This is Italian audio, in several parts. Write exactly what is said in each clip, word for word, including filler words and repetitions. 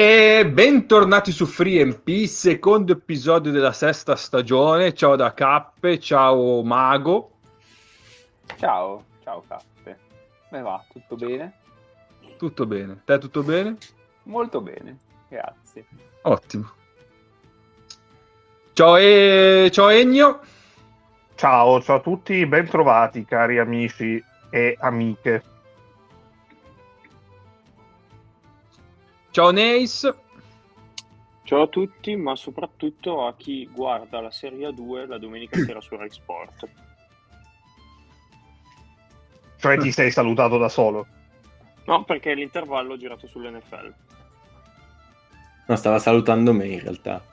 E bentornati su Free M P, secondo episodio della sesta stagione. Ciao da Cappe, ciao Mago. Ciao, ciao Cappe. Come va? Tutto bene? Tutto bene. Te tutto bene? Molto bene, grazie. Ottimo. Ciao, e... ciao Ennio. Ciao, ciao a tutti, ben trovati cari amici e amiche. Ciao Neis. Ciao a tutti, ma soprattutto a chi guarda la Serie A due la domenica sera su Rai Sport. Cioè ti sei salutato da solo? No, perché l'intervallo ho girato sull'N F L. No, stava salutando me in realtà.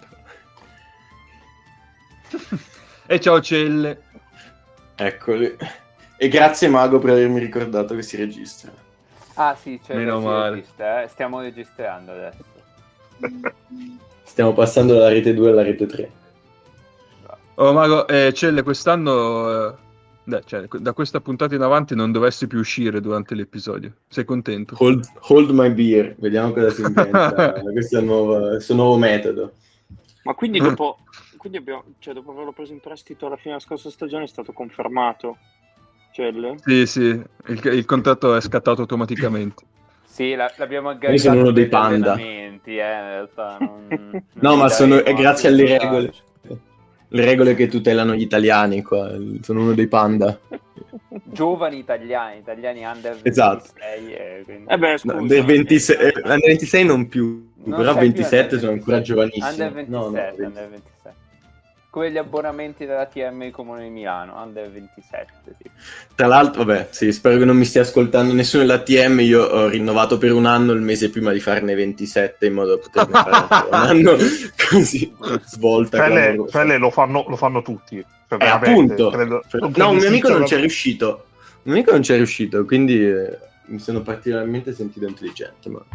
E ciao Celle. Eccoli. E grazie Mago per avermi ricordato che si registra. Ah sì, c'è Meno male. registra, eh? Stiamo registrando adesso. Stiamo passando dalla rete due alla rete tre. Oh Mago, eh, Celle, quest'anno, eh, dai, cioè, da questa puntata in avanti non dovessi più uscire durante l'episodio. Sei contento? Hold, hold my beer, vediamo cosa si inventa. Questo è il nuovo, il suo nuovo metodo. Ma quindi dopo, quindi abbiamo, cioè dopo averlo preso in prestito alla fine della scorsa stagione è stato confermato? Celle? Sì, sì, il, il contratto è scattato automaticamente. Sì, la, l'abbiamo Io sono uno agganciato dei per gli panda. allenamenti, eh, in realtà. Non, non No, gli ma sono, è daremo grazie altri alle vantaggi. regole. Le regole che tutelano gli italiani qua. Sono uno dei panda. Giovani italiani, italiani under Esatto. ventisei. Eh, quindi... Eh beh, scusa. No, del ventisei, eh, under ventisei non più, Non però sei più ventisette under sono ancora ventisei. giovanissimi. Under ventisette, No, no, venti. under ventisette. Come gli abbonamenti della T M Comune di Milano, under ventisette. Tipo. Tra l'altro, vabbè, sì, spero che non mi stia ascoltando nessuno dell'A T M. Io ho rinnovato per un anno il mese prima di farne ventisette in modo da poterne fare ancora un anno così svolta. Quelle, clamorosa. quelle lo, fanno, lo fanno tutti. Cioè, Eh, veramente, appunto. credo- No, un credo mio amico non esista c'è riuscito. Un mio amico non c'è riuscito, quindi eh, mi sono particolarmente sentito intelligente. Ma...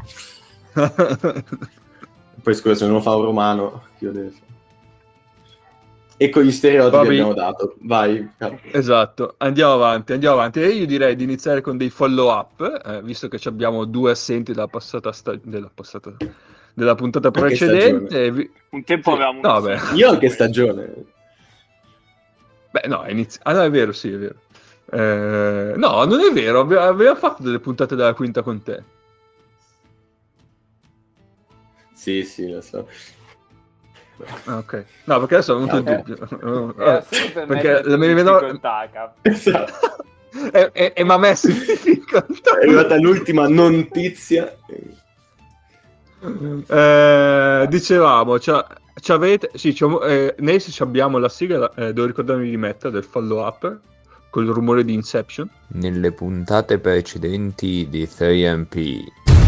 Poi scusa, se non lo fa un romano, che io devo fare? E con gli stereotipi Vabbè. abbiamo dato. Vai, capo. Esatto, andiamo avanti, andiamo avanti. E io direi di iniziare con dei follow up, eh, visto che ci abbiamo due assenti dalla passata sta- della passata della puntata Anche precedente. stagione. e vi- Un tempo Sì, avevamo un no, beh. assente. Io anche stagione. Beh, no, inizi- ah, no, è vero, sì, è vero. Eh, no, non è vero, abbi- aveva fatto delle puntate della quinta con te. Sì, sì, lo so. Ah, ok. No, perché adesso ho avuto il Eh, dubbio. Era solo per Perché metterti la in mi vedo- difficoltà, Cap. Esatto. e, e, e mi ha messo in difficoltà. È arrivata l'ultima notizia. Eh, dicevamo, c'ha- c'avete, sì, c'ho, eh, noi se ci abbiamo la sigla, eh, devo ricordarmi di mettere del follow up col rumore di Inception. Nelle puntate precedenti di tre M P.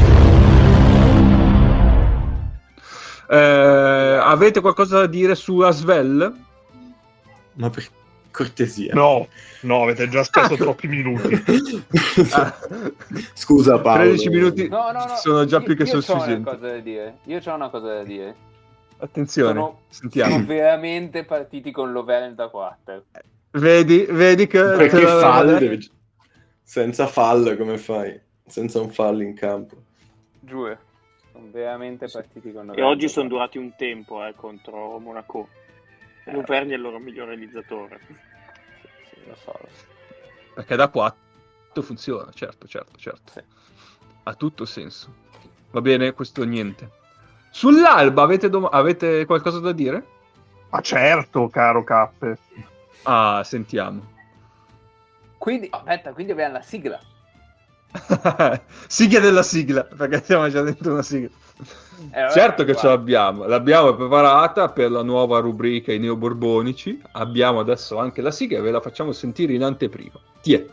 Eh, avete qualcosa da dire su Asvel? Ma per cortesia. No, no, avete già speso troppi minuti. Ah, Scusa Paolo. tredici minuti No, no, no. sono già io, più che io c'ho una sufficienti. cosa da dire. Io c'ho una cosa da dire. Attenzione, Sono, sentiamo. sono veramente partiti con l'over da quarter. Vedi, vedi che... Perché te la- fallo deve... Senza fallo come fai? Senza un fallo in campo. Giuro. Sono veramente partiti con l'over. E oggi sono durati un tempo eh, contro Monaco. L'Auvergne è il loro miglior realizzatore. Sì, lo so, lo so. Perché da quattro funziona, certo, certo, certo. Sì. Ha tutto senso. Va bene, questo niente. Sull'Alba avete, dom- avete qualcosa da dire? Ma certo, caro Cappe. Ah, sentiamo. Quindi, aspetta, quindi abbiamo la sigla. Sigla della sigla, perché siamo già dentro una sigla. Eh, vabbè, Certo che guarda. ce l'abbiamo, l'abbiamo preparata per la nuova rubrica I Neoborbonici. Abbiamo adesso anche la sigla e ve la facciamo sentire in anteprima. Tiè.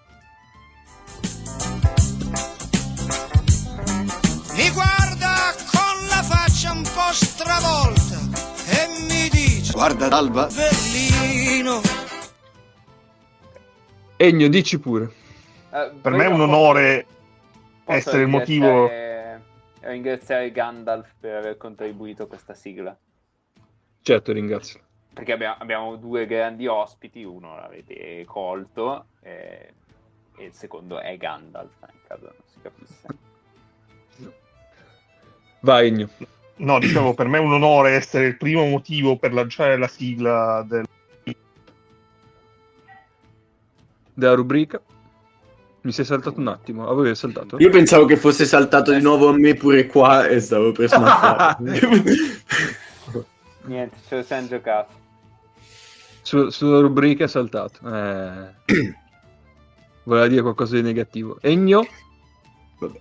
Mi guarda con la faccia un po' stravolta e mi dice: Guarda Alba, bellino. Ennio, dici pure. Eh, Per poi me è un posso- onore posso essere il motivo. ringraziare- ringraziare Gandalf per aver contribuito a questa sigla. Certo, ringrazio. Perché abbiamo, abbiamo due grandi ospiti, uno l'avete colto eh, e il secondo è Gandalf, in caso non si capisse. Vai, Egno. No, dicevo, per me è un onore essere il primo motivo per lanciare la sigla del... della rubrica. Mi sei saltato un attimo. A voi è saltato? Io pensavo che fosse saltato di nuovo a me pure qua e stavo per smaffare. Niente, ce lo siamo giocato. Su, sulla rubrica è saltato. Eh... Voleva dire qualcosa di negativo. Egno? Vabbè.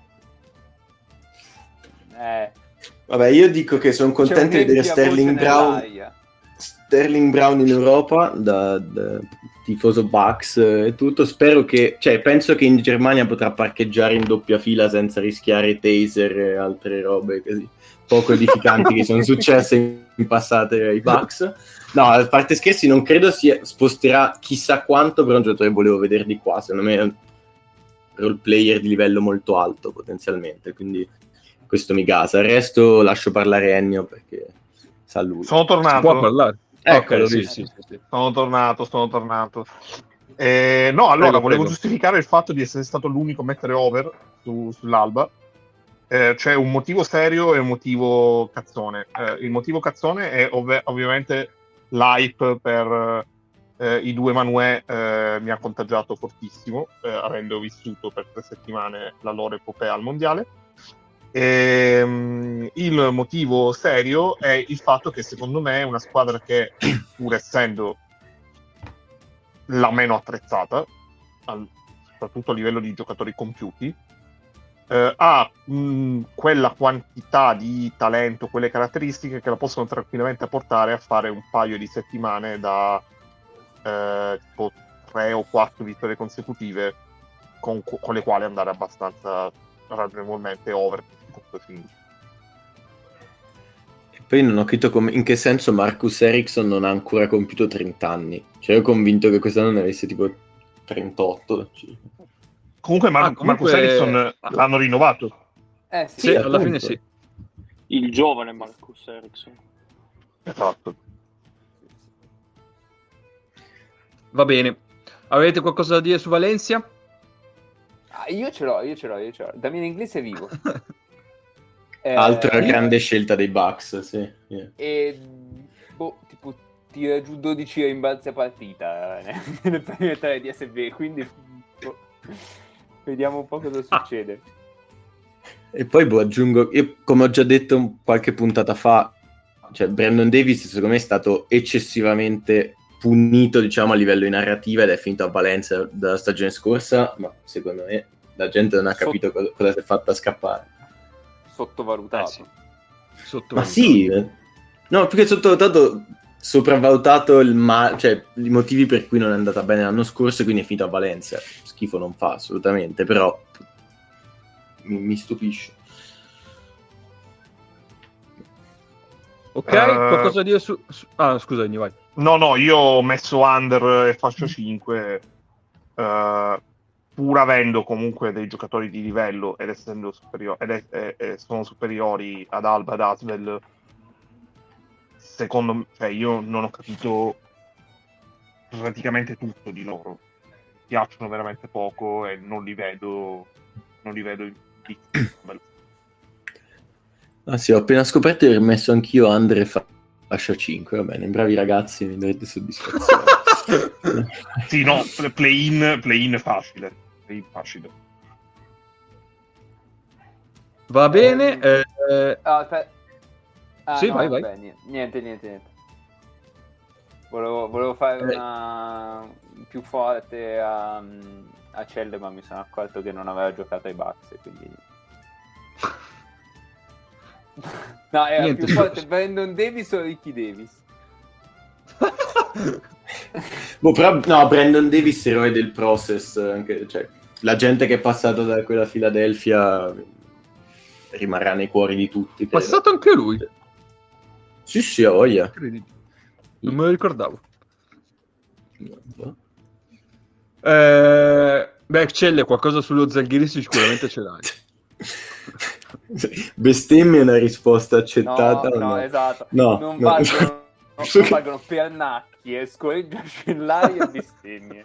Eh, Vabbè, io dico che sono contento di vedere Sterling Brown Sterling Brown in Europa da, da tifoso Bucks e tutto. Spero che, cioè, penso che in Germania potrà parcheggiare in doppia fila senza rischiare taser e altre robe così poco edificanti che sono successe in passato ai Bucks. No, a parte scherzi, non credo si sposterà chissà quanto, però un giocatore volevo vedere di qua, secondo me è un role player di livello molto alto potenzialmente, quindi questo mi gasa. Il resto lascio parlare Ennio perché sa lui. Sono tornato. Può parlare? Eccolo, Ok, sì, sì. sì, sì, sì. Sono tornato, sono tornato. Eh, no, allora, Prego, volevo prego. giustificare il fatto di essere stato l'unico a mettere over su- sull'Alba. Eh, c'è un motivo serio e un motivo cazzone. Eh, il motivo cazzone è ov- ovviamente l'hype per eh, i due Manuè eh, mi ha contagiato fortissimo, eh, avendo vissuto per tre settimane la loro epopea al mondiale. Ehm, il motivo serio è il fatto che secondo me è una squadra che, pur essendo la meno attrezzata, al- soprattutto a livello di giocatori compiuti, eh, ha mh, quella quantità di talento, quelle caratteristiche che la possono tranquillamente portare a fare un paio di settimane da eh, tipo tre o quattro vittorie consecutive con, con le quali andare abbastanza ragionevolmente over. E poi non ho capito come, in che senso Marcus Ericsson non ha ancora compiuto trenta anni. Cioè io convinto che quest'anno ne avesse tipo trentotto. Comunque, Mar- Ah, comunque- Marcus Ericsson l'hanno rinnovato. eh sì, Sì, Sì, alla appunto. fine sì. Il giovane Marcus Ericsson. Esatto. Va bene. Avete qualcosa da dire su Valencia? Ah, io ce l'ho, io ce l'ho, io ce l'ho. Damiano Inglese è vivo. Eh, Altra grande scelta dei Bucks, sì. Yeah. E boh, tipo tira giù dodici rimbalzi a partita eh, nelle prime tre di S B, quindi boh, vediamo un po' cosa succede. E poi boh, aggiungo, io come ho già detto un- qualche puntata fa, cioè Brandon Davis secondo me è stato eccessivamente punito, diciamo, a livello di narrativa ed è finito a Valencia dalla stagione scorsa, ma secondo me la gente non ha Sotto- capito cosa, cosa si è fatta scappare. Sottovalutato. Eh sì. Sotto Ma sì, eh. no, più che sottovalutato, sopravvalutato il ma- cioè i motivi per cui non è andata bene l'anno scorso e quindi è finito a Valencia. Schifo non fa assolutamente, però mi, mi stupisce. Ok, Eh, qualcosa da dire su... su- Ah, scusa, Egno, vai. No, no, io ho messo under e fascia cinque, eh, pur avendo comunque dei giocatori di livello ed essendo superiori, ed è- e- e sono superiori ad Alba, ad Asvel. Secondo me, cioè, io non ho capito praticamente tutto di loro. Piacciono veramente poco e non li vedo, non li vedo in Ah sì, ho appena scoperto di aver messo anch'io under e fa- fascia cinque, va bene, bravi ragazzi, mi darete soddisfazione. Sì, no, play-in, play-in facile. Play-in facile. Va bene. eh, eh, Ah, aspetta. Ah, Sì, no, vai, vai. vabbè, niente, niente, niente. niente. Volevo, volevo fare Eh. una più forte a, a Celle, ma mi sono accorto che non aveva giocato ai Bucks, quindi... No, era Niente, più scusa. forte Brandon Davis o Ricky Davis? Boh, però no, Brandon Davis eroe del process, anche, cioè, la gente che è passata da quella Philadelphia rimarrà nei cuori di tutti. credo. passato anche lui. Sì, sì, ha voglia. Incredibile. Non me lo ricordavo. Eh, beh, Celle, qualcosa sullo Zalgiris sicuramente ce l'hai. Bestemmia è una risposta accettata? No, o no, no? esatto. No, non no. valgono, non valgono pernacchi e scorreggiascellari e bestemmie.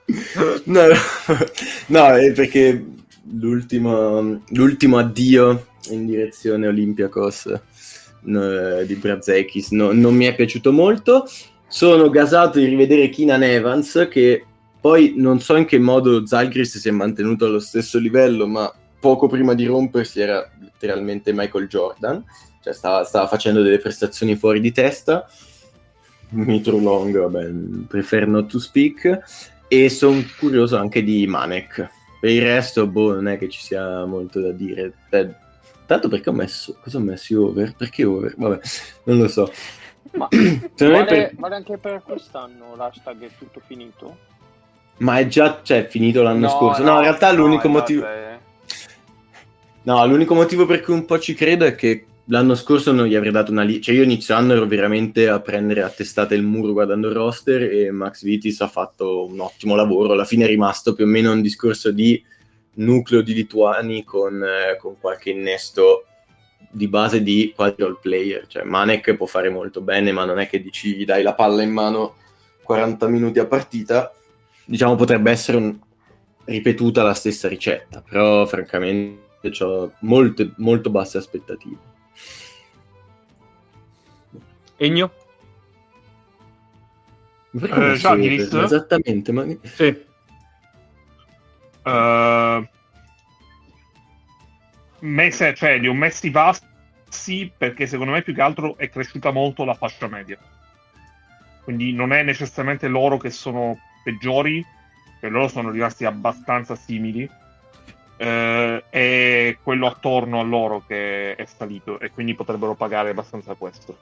No, no, è perché l'ultimo, l'ultimo addio in direzione Olympiakos no, di Brazzeikis, no, non mi è piaciuto molto. Sono gasato di rivedere Keenan Evans, che poi non so in che modo Zalgiris si è mantenuto allo stesso livello, ma poco prima di rompersi era letteralmente Michael Jordan, cioè stava, stava facendo delle prestazioni fuori di testa. Mitro Long, vabbè, prefer not to speak. E sono curioso anche di Manek. Per il resto, boh, non è che ci sia molto da dire. Beh, tanto perché ho messo... Cosa ho messo over? Perché over? Vabbè, non lo so. Ma Secondo me vale, per- vale anche per quest'anno l'hashtag è tutto finito? Ma è già, cioè, finito l'anno scorso. No, in realtà no, l'unico esatto, motivo... eh. No, l'unico motivo per cui un po' ci credo è che l'anno scorso non gli avrei dato una lì, cioè io inizio anno ero veramente a prendere a testate il muro guardando il roster e Max Vitis ha fatto un ottimo lavoro, alla fine è rimasto più o meno un discorso di nucleo di lituani con, eh, con qualche innesto di base di quasi all player, cioè Manek può fare molto bene ma non è che dici gli dai la palla in mano quaranta minuti a partita, diciamo potrebbe essere un... ripetuta la stessa ricetta, però francamente ho molte, molto basse aspettative. Egno? Ma perché ho Eh, messo Žalgiris? over? Ma esattamente, ma... Sì. Uh, messe, cioè li ho messi bassi perché secondo me più che altro è cresciuta molto la fascia media, quindi non è necessariamente loro che sono peggiori, per loro sono rimasti abbastanza simili, eh, è quello attorno a loro che è salito e quindi potrebbero pagare abbastanza questo.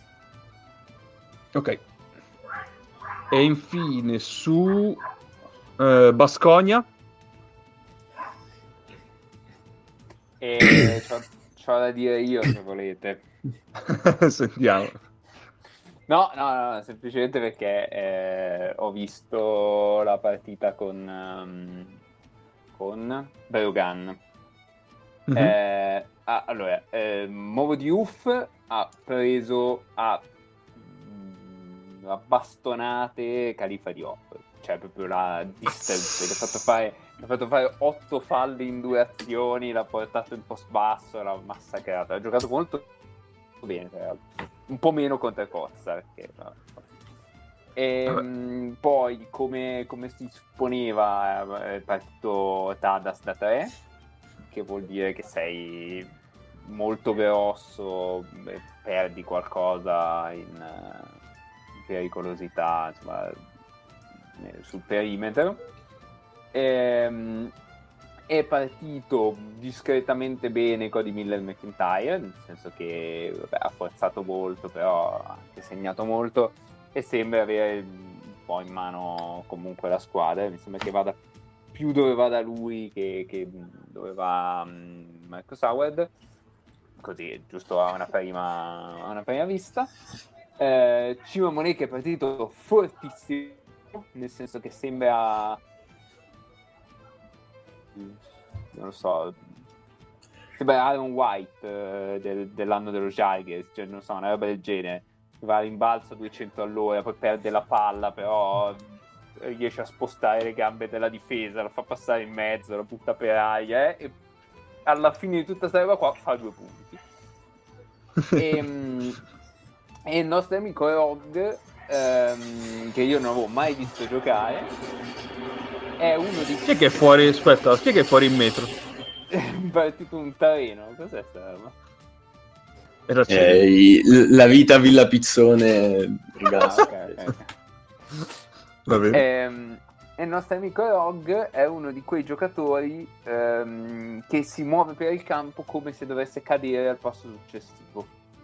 Ok. E infine su eh, Baskonia. E c'ho, c'ho da dire io se volete. Sentiamo. No, no, no, semplicemente perché eh, ho visto la partita con, um, con Breogan. Mhm. Eh, ah, allora, eh, Movo Diouf ha preso a, mm, a bastonate Khalifa Diop, cioè proprio la distance, gli ha fatto fare, gli ha fatto fare otto falli in due azioni, l'ha portato in post basso, l'ha massacrato, ha giocato molto bene, tra l'altro. Un po' meno contro Cozza perché no. E, mh, poi come, come si supponeva è partito Tadas da tre, che vuol dire che sei molto grosso e perdi qualcosa in, in pericolosità, insomma, sul perimetro. E, è partito discretamente bene Cody Miller-McIntyre, nel senso che vabbè, ha forzato molto, però ha anche segnato molto e sembra avere un po' in mano comunque la squadra. Mi sembra che vada più dove vada lui che, che dove va um, Marcus Howard, così giusto a una prima, a una prima vista. eh, Cima Monet che è partito fortissimo, nel senso che sembra, non lo so, sembra Aaron White eh, del, dell'anno dello Žalgiris, cioè non so, una roba del genere, va a rimbalzo a duecento all'ora, poi perde la palla, però riesce a spostare le gambe della difesa, la fa passare in mezzo, la butta per aria eh, e alla fine di tutta questa roba qua fa due punti. e, e il nostro amico Rog, ehm, che io non avevo mai visto giocare, è uno di... Chi è che è fuori? Aspetta, chi è che è fuori in metro? è partito un treno, cos'è sta roba? Era Eh, i- la vita a Villa Pizzone Ah, ok, ok, ok. Va bene. Ehm, e il nostro amico Rog è uno di quei giocatori ehm, che si muove per il campo come se dovesse cadere al passo successivo.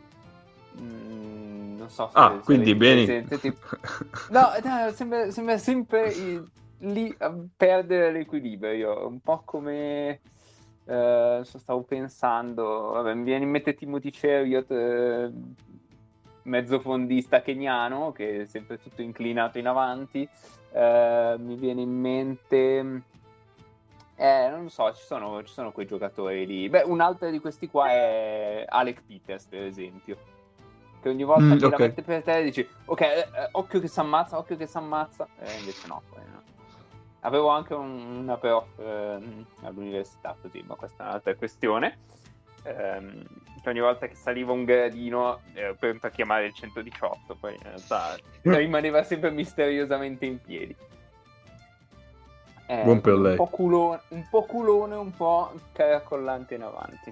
Mm, non so se, Ah, se quindi avete bene. presente, tipo... no, no, sembra, sembra sempre il- lì a perdere l'equilibrio, un po' come eh, so, stavo pensando, vabbè, mi viene in mente Timothy Chariot, eh, mezzo fondista keniano che è sempre tutto inclinato in avanti. Eh, mi viene in mente eh, non lo so, ci sono, ci sono quei giocatori lì. Beh, un altro di questi qua è Alec Peters, per esempio, che ogni volta Mm, che ok. la mette per te dici ok, eh, occhio che si ammazza, occhio che si ammazza, e invece no, poi no. Avevo anche un- una prof eh, all'università così, ma questa è un'altra questione. ehm, ogni volta che saliva un gradino ero pronto a chiamare il centodiciotto, poi in realtà rimaneva sempre misteriosamente in piedi. Eh, Buon per un lei. po' culone, un po' culone, un po' caracollante in avanti.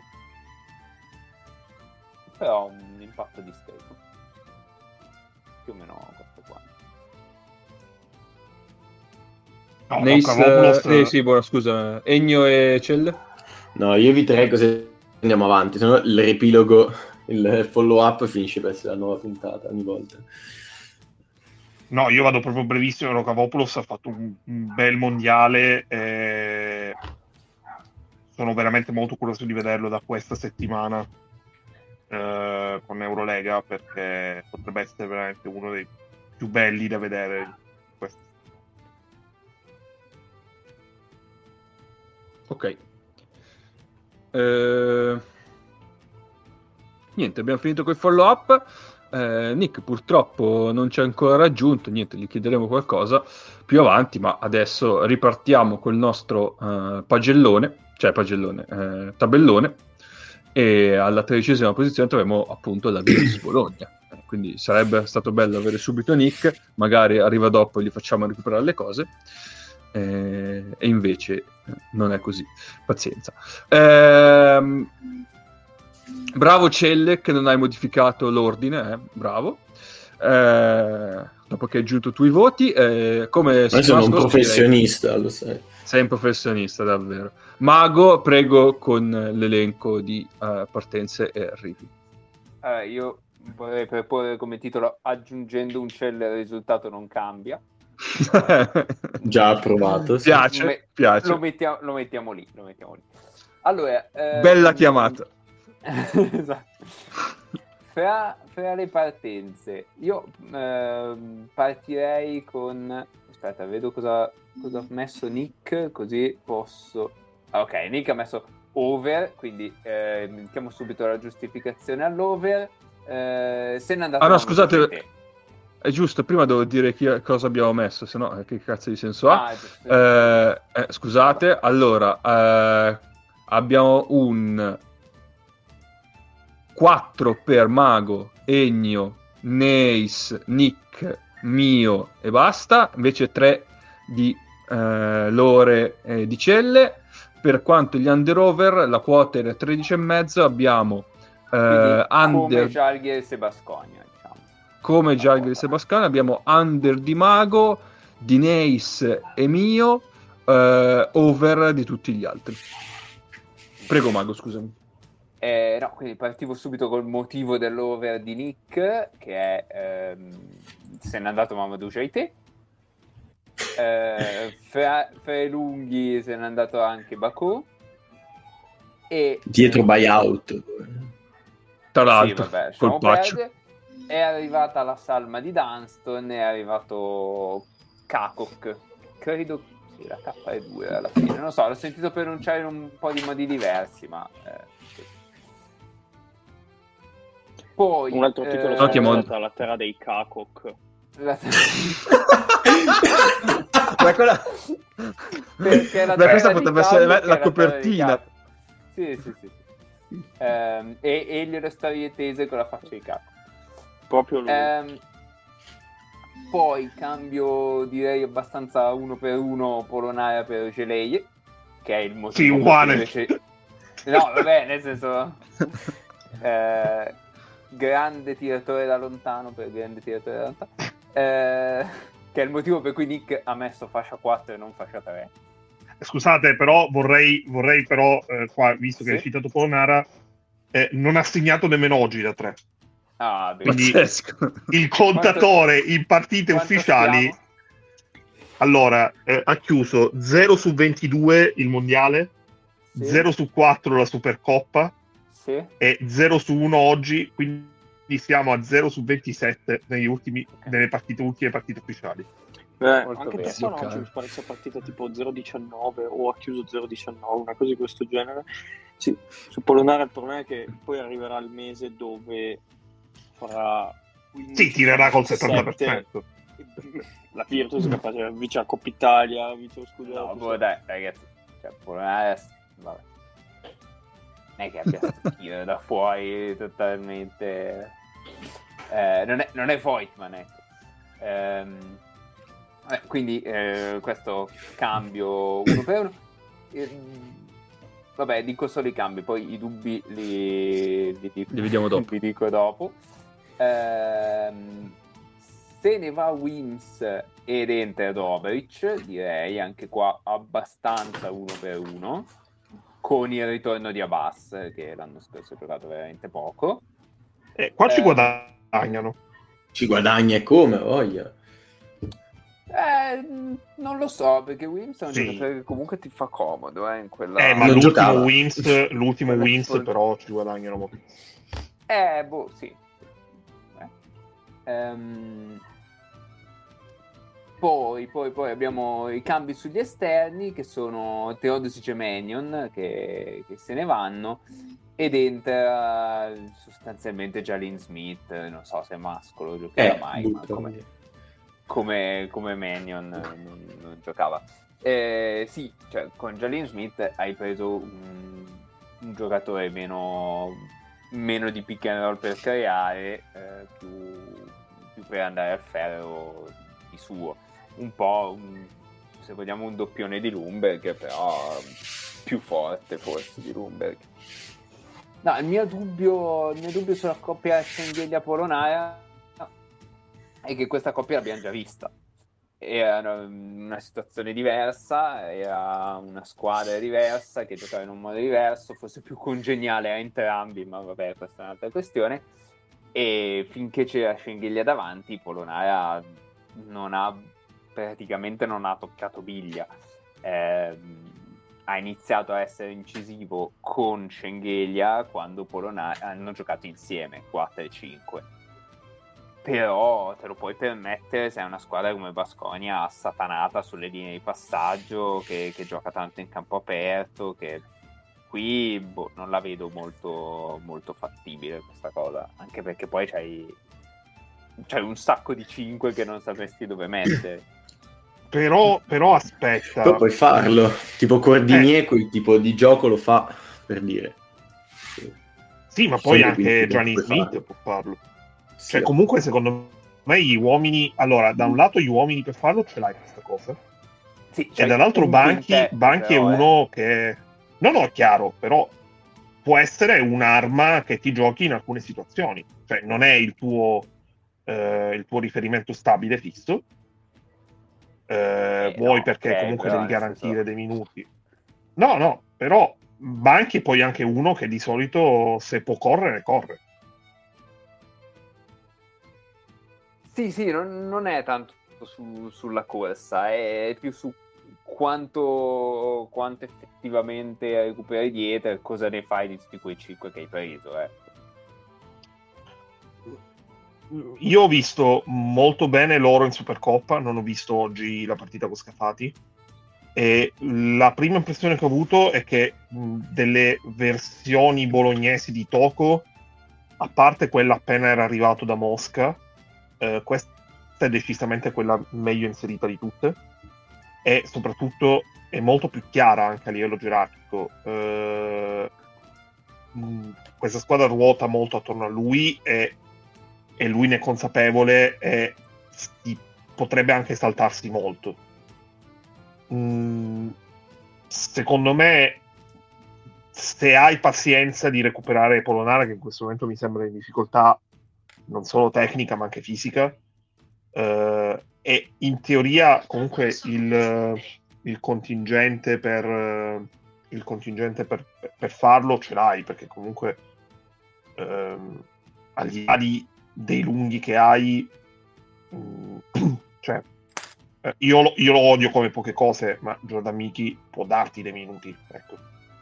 Però un impatto discreto. Più o meno questo qua. No, no, Neis, Cavopoulos- eh, sì, buona scusa. Ennio e Celle? No, io eviterei cose andiamo avanti, sennò il riepilogo, il follow up finisce per essere la nuova puntata ogni volta. No, io vado proprio brevissimo. Cavopoulos ha fatto un, un bel mondiale. E sono veramente molto curioso di vederlo da questa settimana eh, con Eurolega, perché potrebbe essere veramente uno dei più belli da vedere. Questa. Ok. Eh, Niente, abbiamo finito con il follow up. Eh, Nick purtroppo non ci ha ancora raggiunto, niente, gli chiederemo qualcosa più avanti, ma adesso ripartiamo col nostro eh, pagellone, cioè pagellone, eh, tabellone, e alla tredicesima posizione troviamo appunto la Virtus Bologna. Eh, quindi sarebbe stato bello avere subito Nick, magari arriva dopo e gli facciamo recuperare le cose. Eh, e invece non è così, pazienza. Ehm, bravo Celle che non hai modificato l'ordine, eh? Bravo. Eh, dopo che hai aggiunto tu i voti, eh, come Ma sono un scorsa, professionista, direi... lo sai. Sei un professionista davvero. Mago, prego con l'elenco di uh, partenze e arrivi. Allora, io vorrei proporre come titolo: aggiungendo un Celle il risultato non cambia. Già approvato, sì. Piace, Me- piace. Lo, mettiamo, lo mettiamo lì, lo mettiamo lì. Allora, ehm, bella chiamata. esatto. Fra, fra le partenze, io ehm, partirei con. Aspetta, vedo cosa, cosa ha messo Nick, così posso. Ah, ok, Nick ha messo over, quindi eh, mettiamo subito la giustificazione all'over. Eh, se n'è andato. Ah no, scusate, è giusto, prima devo dire chi, cosa abbiamo messo, se no che cazzo di senso ha. Ah, giusto, eh, eh, scusate, allora eh, abbiamo un quattro per Mago, Ennio, Neis, Nick, mio e basta, invece tre di eh, Lore e di Celle. Per quanto gli under-over, la quota era tredici e mezzo, abbiamo eh, under... come Žalgiris e Baskonia. come Žalgiris e Baskonia, abbiamo under di Mago, di Neis e mio, eh, over di tutti gli altri. Prego Mago, scusami. Eh, no, quindi partivo subito col motivo dell'over di Nick, che è ehm, se n'è andato Mamadou Jaité. Eh, fra, fra i lunghi se n'è andato anche Baku. E dietro buyout. Tra l'altro, sì, vabbè, col paccio. Perde. È arrivata la salma di Dunston, è arrivato Kakok, credo sì, la K è due alla fine, non so, l'ho sentito pronunciare in un po' di modi diversi, ma eh, sì. Poi un altro titolo eh, è stata la terra dei Kakok. la terra... Beh, quella... perché la Beh, questa terra potrebbe di essere la, Kakok la è terra di copertina. Kakok. Sì, sì, sì. Um, e, e le storie tese con la faccia di Kakok. Proprio lui. Um, poi cambio, direi abbastanza uno per uno, Polonara per Geleje, che è il motivo. Sì, uguale. Invece... No, vabbè, nel senso... eh, grande tiratore da lontano per grande tiratore da lontano. Eh, che è il motivo per cui Nick ha messo fascia quattro e non fascia tre. Scusate, però vorrei, vorrei però, eh, qua, visto che Sì? hai citato Polonara, eh, non ha segnato nemmeno oggi da tre. Ah, Quindi Pazzesco. il contatore Quanto- in partite quanto ufficiali, siamo? allora, eh, ha chiuso zero su ventidue il mondiale, Sì? zero su quattro la Supercoppa Sì? e zero su uno oggi, quindi siamo a zero su ventisette negli ultimi, nelle partite, ultime partite ufficiali. Beh, Molto anche bene. Tessano Ok. oggi mi pare sia partita tipo zero diciannove o ha chiuso zero diciannove, una cosa di questo genere. Sì, su Polonara il problema è che poi arriverà il mese dove farà quindici, Sì, tirerà col sette. settanta per cento. La Virtus è capace, vince la Coppa Italia, vince lo Scudetto. No, boh, dai, ragazzi. Cioè, Polonara... Vabbè. non è che abbia sto tiro da fuori totalmente, eh, non è, non è Voigtman, ecco. Ehm, eh, quindi eh, questo cambio uno per uno. Eh, vabbè, dico solo i cambi, poi i dubbi li, li, dico, li vediamo dopo. li dico dopo. Ehm, se ne va Wims ed entra Dobric, direi anche qua abbastanza uno per uno, con il ritorno di Abbas, che l'anno scorso ha giocato veramente poco. Eh, qua ci Eh, guadagnano. Ci guadagna e come, voglia. Eh, non lo so, perché Wims è un Sì. giocatore che comunque ti fa comodo, eh, in quella... Eh, ma Non l'ultimo giocava. Wins, l'ultimo Quella Wins tipo- però ci guadagnano molto. Eh, boh, sì. Eh. Ehm, Poi, poi, poi abbiamo i cambi sugli esterni, che sono Teodosic e Mannion, che, che se ne vanno, ed entra sostanzialmente Jalen Smith, non so se è mascolo, giocherà Eh, mai, ma butta come, via. come, come Mannion non, non giocava. Eh, sì, cioè con Jalen Smith hai preso un, un giocatore meno, meno di pick and roll per creare, eh, più, più per andare al ferro di suo. Un po', un, se vogliamo, un doppione di Lumberg, però più forte forse di Lumberg. No, il mio dubbio, il mio dubbio sulla coppia Schengelia-Polonara è che questa coppia l'abbiamo già vista. Era una situazione diversa, era una squadra diversa che giocava in un modo diverso, forse più congeniale a entrambi, ma vabbè, questa è un'altra questione. E finché c'era Schengelia davanti, Polonara non ha praticamente non ha toccato biglia. Eh, ha iniziato a essere incisivo con Schengelia quando Polonara hanno giocato insieme quattro e cinque. Però te lo puoi permettere se è una squadra come Baskonia assatanata sulle linee di passaggio, che, che gioca tanto in campo aperto, che qui boh, non la vedo molto, molto fattibile questa cosa, anche perché poi c'hai, c'hai un sacco di cinque che non sapresti dove mettere. Però, però aspetta. Poi puoi farlo, tipo Cordinier, Eh. quel tipo di gioco lo fa, per dire. Sì, ma Ci poi sono anche dei Gianni puoi Smith farlo. può farlo. Sì. Cioè, comunque, secondo me, gli uomini... Allora, da un lato gli uomini per farlo ce l'hai questa cosa. Sì, E c'hai dall'altro un Banchi, quintetto, Banchi è però, eh. uno che... No, no, è chiaro, però può essere un'arma che ti giochi in alcune situazioni. Cioè, non è il tuo, eh, il tuo riferimento stabile fisso. Eh, Eh, vuoi no, perché ok, comunque però, devi nel garantire senso- dei minuti. No, no, però Banchi è poi anche uno che di solito se può correre, corre. Sì, sì, non, non è tanto su- sulla corsa, è più su quanto, quanto effettivamente recuperi dietro e cosa ne fai di tutti quei cinque che hai preso. Eh. Io ho visto molto bene loro in Supercoppa, non ho visto oggi la partita con Scafati, e la prima impressione che ho avuto è che mh, delle versioni bolognesi di Toko, a parte quella appena era arrivato da Mosca, eh, questa è decisamente quella meglio inserita di tutte, e soprattutto è molto più chiara anche a livello gerarchico. Eh, mh, questa squadra ruota molto attorno a lui e e lui ne è consapevole e si potrebbe anche saltarsi molto. Mm, secondo me, se hai pazienza di recuperare Polonara, che in questo momento mi sembra in difficoltà non solo tecnica ma anche fisica, eh, e in teoria comunque il, il contingente per il contingente per, per farlo ce l'hai, perché comunque ehm, agli ali dei lunghi che hai, mh, cioè eh, io, lo, io lo odio come poche cose, ma Jordan Mickey può darti dei minuti, ecco.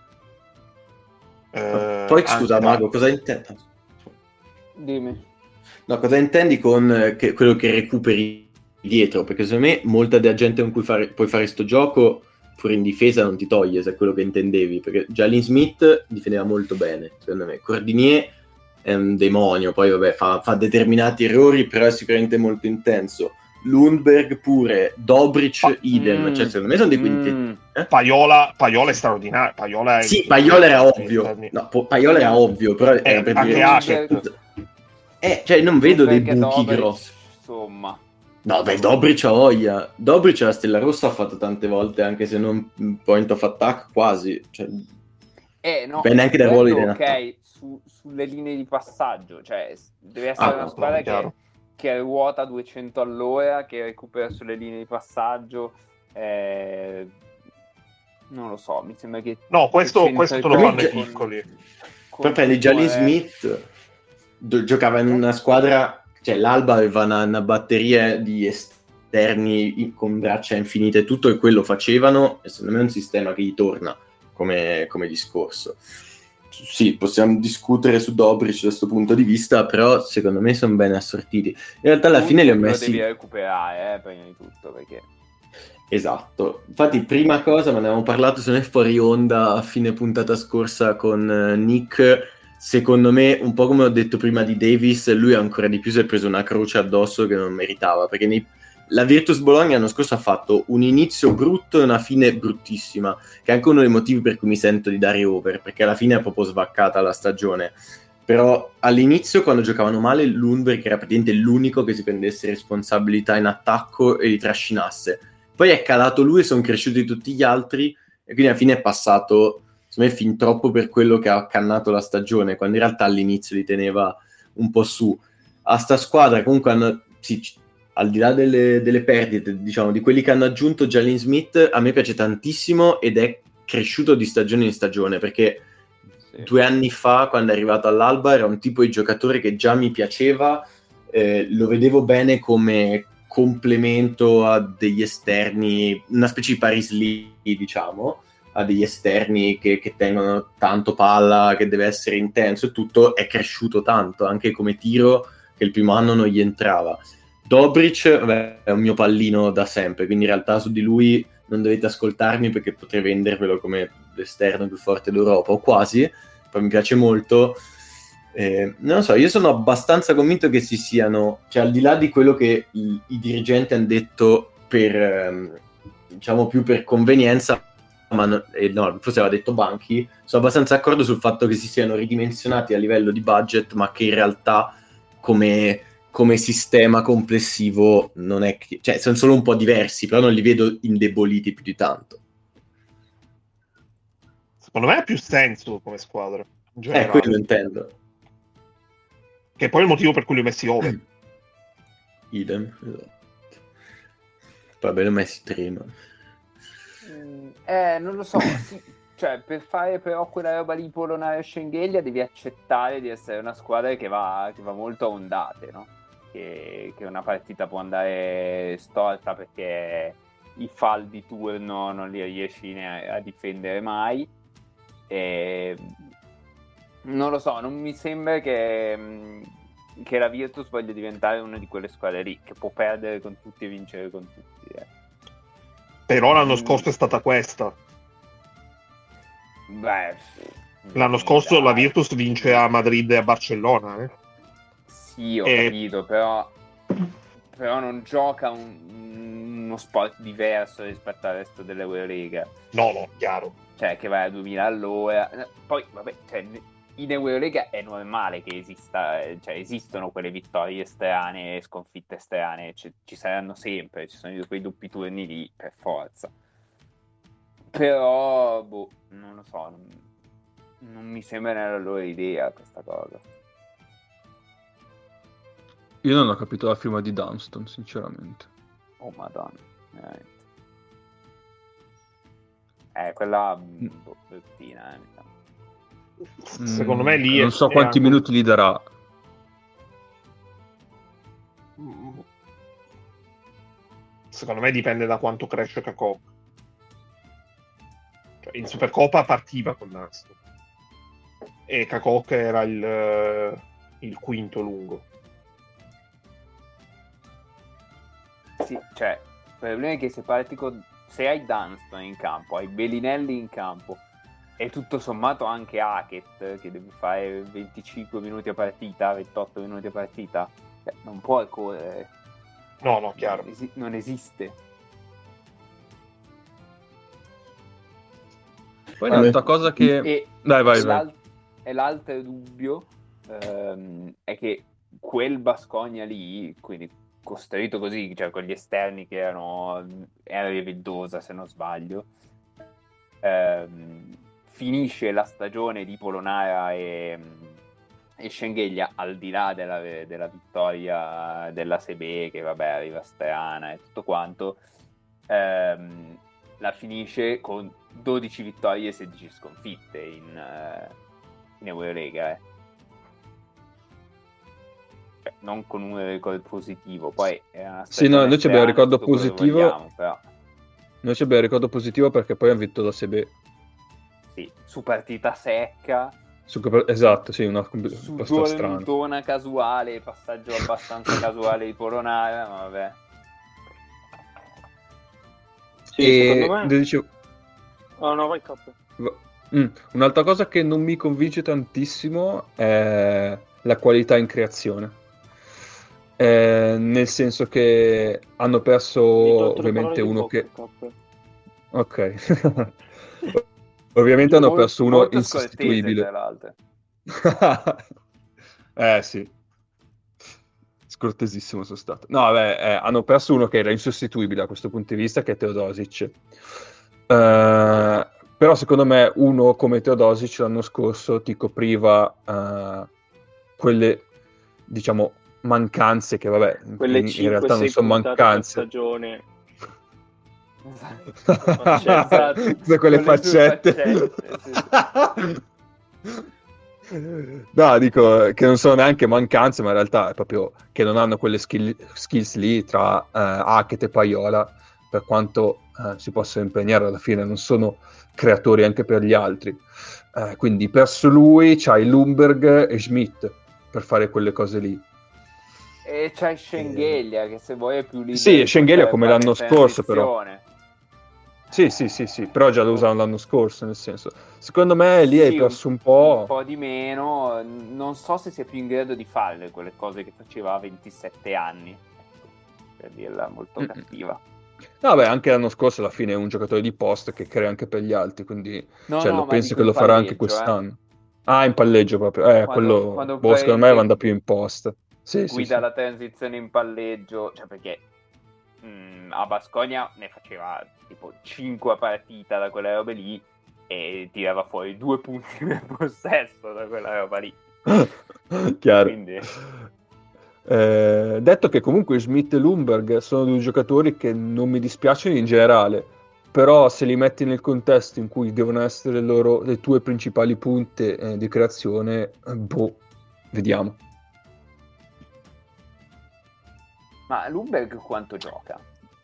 Eh, Poi anche scusa da- Marco, cosa intendi? Dimmi. No, cosa intendi con eh, che- quello che recuperi dietro? Perché secondo me molta della gente con cui fare, puoi fare sto gioco pure in difesa non ti toglie, se è quello che intendevi, perché Jalen Smith difendeva molto bene, secondo me. Cordinier è un demonio, poi vabbè fa, fa determinati errori, però è sicuramente molto intenso. Lundberg pure, Dobric Ah, idem, mm, cioè secondo me sono dei quintetti. mm. eh? Paiola, Paiola è straordinario. Paiola è Sì, Paiola era ovvio, no, po- Paiola era ovvio, però Eh, era per anche dire... Hachette. Eh, cioè non vedo dei Lundberg e buchi Dobric, grossi. insomma. No, beh, Dobric a voglia. Dobric la Stella Rossa ha fatto tante volte, anche se non point of attack quasi. Cioè, Eh, no, dipende anche dal ruolo di quello, Renato. ok, su- sulle linee di passaggio, cioè s- deve essere Ah, una no, squadra no, che, chiaro. che ruota a duecento all'ora, che recupera sulle linee di passaggio, eh, non lo so, mi sembra che... No, questo, che questo te lo c'entri fanno i con- piccoli. con Poi prendi tutto Jalen il resto. Smith, do- giocava in una squadra, cioè l'Alba aveva una, una batteria di esterni in- con braccia infinite e tutto, e quello facevano, e secondo me è un sistema che gli torna come, come discorso. Sì, possiamo discutere su Dobric da questo punto di vista, però secondo me sono ben assortiti. In realtà alla fine li ho Lundberg messi... Lo devi recuperare, eh, prima di tutto, perché... Esatto, infatti prima cosa, ma ne avevamo parlato se ne fuori onda a fine puntata scorsa con eh, Nick, secondo me un po' come ho detto prima di Davis, lui ancora di più si è preso una croce addosso che non meritava, perché nei... la Virtus Bologna l'anno scorso ha fatto un inizio brutto e una fine bruttissima, che è anche uno dei motivi per cui mi sento di dare over, perché alla fine è proprio svaccata la stagione. Però all'inizio, quando giocavano male, Lundberg era praticamente l'unico che si prendesse responsabilità in attacco e li trascinasse. Poi è calato lui e sono cresciuti tutti gli altri, e quindi alla fine è passato, secondo me, fin troppo per quello che ha accannato la stagione, quando in realtà all'inizio li teneva un po' su. A sta squadra comunque hanno, sì, al di là delle, delle perdite, diciamo, di quelli che hanno aggiunto, Jalen Smith a me piace tantissimo ed è cresciuto di stagione in stagione, perché Sì. due anni fa, quando è arrivato all'Alba, era un tipo di giocatore che già mi piaceva, eh, lo vedevo bene come complemento a degli esterni, una specie di Paris Lee, diciamo, a degli esterni che, che tengono tanto palla, che deve essere intenso e tutto. È cresciuto tanto, anche come tiro, che il primo anno non gli entrava. Dobric, vabbè, è un mio pallino da sempre, quindi in realtà su di lui non dovete ascoltarmi, perché potrei vendervelo come l'esterno più forte d'Europa, o quasi. Poi mi piace molto. Eh, non lo so, io sono abbastanza convinto che si siano, cioè al di là di quello che i, i dirigenti hanno detto per, ehm, diciamo più per convenienza, ma no, eh, no, forse aveva detto Banchi, sono abbastanza d'accordo sul fatto che si siano ridimensionati a livello di budget, ma che in realtà come, come sistema complessivo non è che, cioè sono solo un po' diversi, però non li vedo indeboliti più di tanto. Secondo me ha più senso come squadra in Eh, generale. quello intendo. Che è poi il motivo per cui li ho messi over. Idem, esatto. Vabbè, li ho messi prima. Mm, Eh, non lo so, sì, cioè per fare però quella roba lì Polonara e Schengelia devi accettare di essere una squadra che va, che va molto a ondate, no? Che, che una partita può andare storta perché i fall di turno non li riesci ne- a difendere mai. E non lo so, non mi sembra che, mh, che la Virtus voglia diventare una di quelle squadre lì che può perdere con tutti e vincere con tutti. eh. Però l'anno Mm. scorso è stata questa. Beh, L'anno sì, scorso dai. la Virtus vince a Madrid e a Barcellona. Eh? Sì, ho E- capito, però, però non gioca un- uno sport diverso rispetto al resto dell'Eurolega. No, no, chiaro. Cioè, che vai a duemila all'ora. Poi, vabbè, cioè, in Eurolega è normale che esista, eh, cioè, esistono quelle vittorie strane, sconfitte strane, ci, ci saranno sempre, ci sono quei doppi turni lì, per forza. Però, boh, non lo so, non, non mi sembra nella loro idea questa cosa. Io non ho capito la firma di Dunston, sinceramente. Oh, madonna, veramente. Eh, quella, mm, boh, bruttina, eh, mi sa. Secondo Mm, me lì è- non so è quanti anche- minuti gli darà. Secondo me dipende da quanto cresce Kakov. Cioè, in Supercoppa partiva con Nastro e Kakok era il, eh, il quinto lungo. Sì, cioè, il problema è che se parti con... se hai Dunston in campo, hai Bellinelli in campo e tutto sommato anche Hackett che deve fare venticinque minuti a partita, ventotto minuti a partita, cioè, non puoi correre. No, no, chiaro. Non, esi- non esiste. Poi un'altra cosa che... E Dai, vai, e vai. l'al- e l'altro dubbio ehm, è che quel Baskonia lì, quindi costruito così, cioè con gli esterni che erano era Vildosa se non sbaglio, ehm, finisce la stagione di Polonara e, e Schengelia, al di là della, della vittoria della Sebe, che vabbè arriva strana e tutto quanto, ehm, la finisce con dodici vittorie e sedici sconfitte in, uh, in Eurolega, eh. Cioè, non con un ricordo positivo. Poi è una Sì, no, noi ci abbiamo strana, ricordo tutto quello che positivo. vogliamo, però. Noi ci abbiamo ricordo positivo perché poi hanno vinto la Sebe. Sì, su partita secca, Su- Esatto, sì, una su cosa strana. dormitona casuale, passaggio abbastanza casuale di Polonara, ma vabbè. Sì, E secondo me... dicevo... Oh, no, vai K. Mm. Un'altra cosa che non mi convince tantissimo è la qualità in creazione. Eh, nel senso che hanno perso ovviamente uno che... Ok. Ovviamente hanno Molto- perso uno molto insostituibile. scortese, tra l'altro. Eh sì. Scortesissimo sono stato. No, vabbè, eh, hanno perso uno che era insostituibile da questo punto di vista, che è Teodosic. Eh, però secondo me uno come Teodosic l'anno scorso ti copriva eh, quelle, diciamo, mancanze che vabbè, Quelle in, in cinque realtà non sei sono puntate per mancanze. stagione. Esatto. Tutte quelle Con le sue faccette. faccette, No, dico che non sono neanche mancanze, ma in realtà è proprio che non hanno quelle skill, skills lì tra uh, Hackett e Paiola, per quanto uh, si possa impegnare, alla fine non sono creatori anche per gli altri. Uh, quindi perso lui, c'hai Lumberg e Schmidt per fare quelle cose lì. E c'hai Schengelia, che se vuoi è più libero. Sì, Schengelia come fare l'anno scorso, però. transizione. Sì, sì, sì, sì, però già lo usavano l'anno scorso, nel senso. Secondo me lì hai Sì, perso un po'... un po' di meno. Non so se sia più in grado di fare quelle cose che faceva a ventisette anni, per dirla molto Mm. cattiva. No, beh, anche l'anno scorso alla fine è un giocatore di post che crea anche per gli altri, quindi No, cioè, no, lo ma penso dico che in lo farà anche palleggio, quest'anno. Ah, in palleggio proprio. Eh, Quando- quello... quando boh, secondo me prende- va più in post. Sì, sì, Guida sì. la transizione in palleggio, cioè perché mh, a Baskonia ne faceva tipo cinque a partita da quelle robe lì e tirava fuori due punti per possesso da quella roba lì. Chiaro. Quindi Eh, detto che comunque Schmidt e Lumberg sono due giocatori che non mi dispiacciono in generale, però se li metti nel contesto in cui devono essere le, loro, le tue principali punte eh, di creazione, eh, boh, vediamo. ma Lumberg quanto gioca?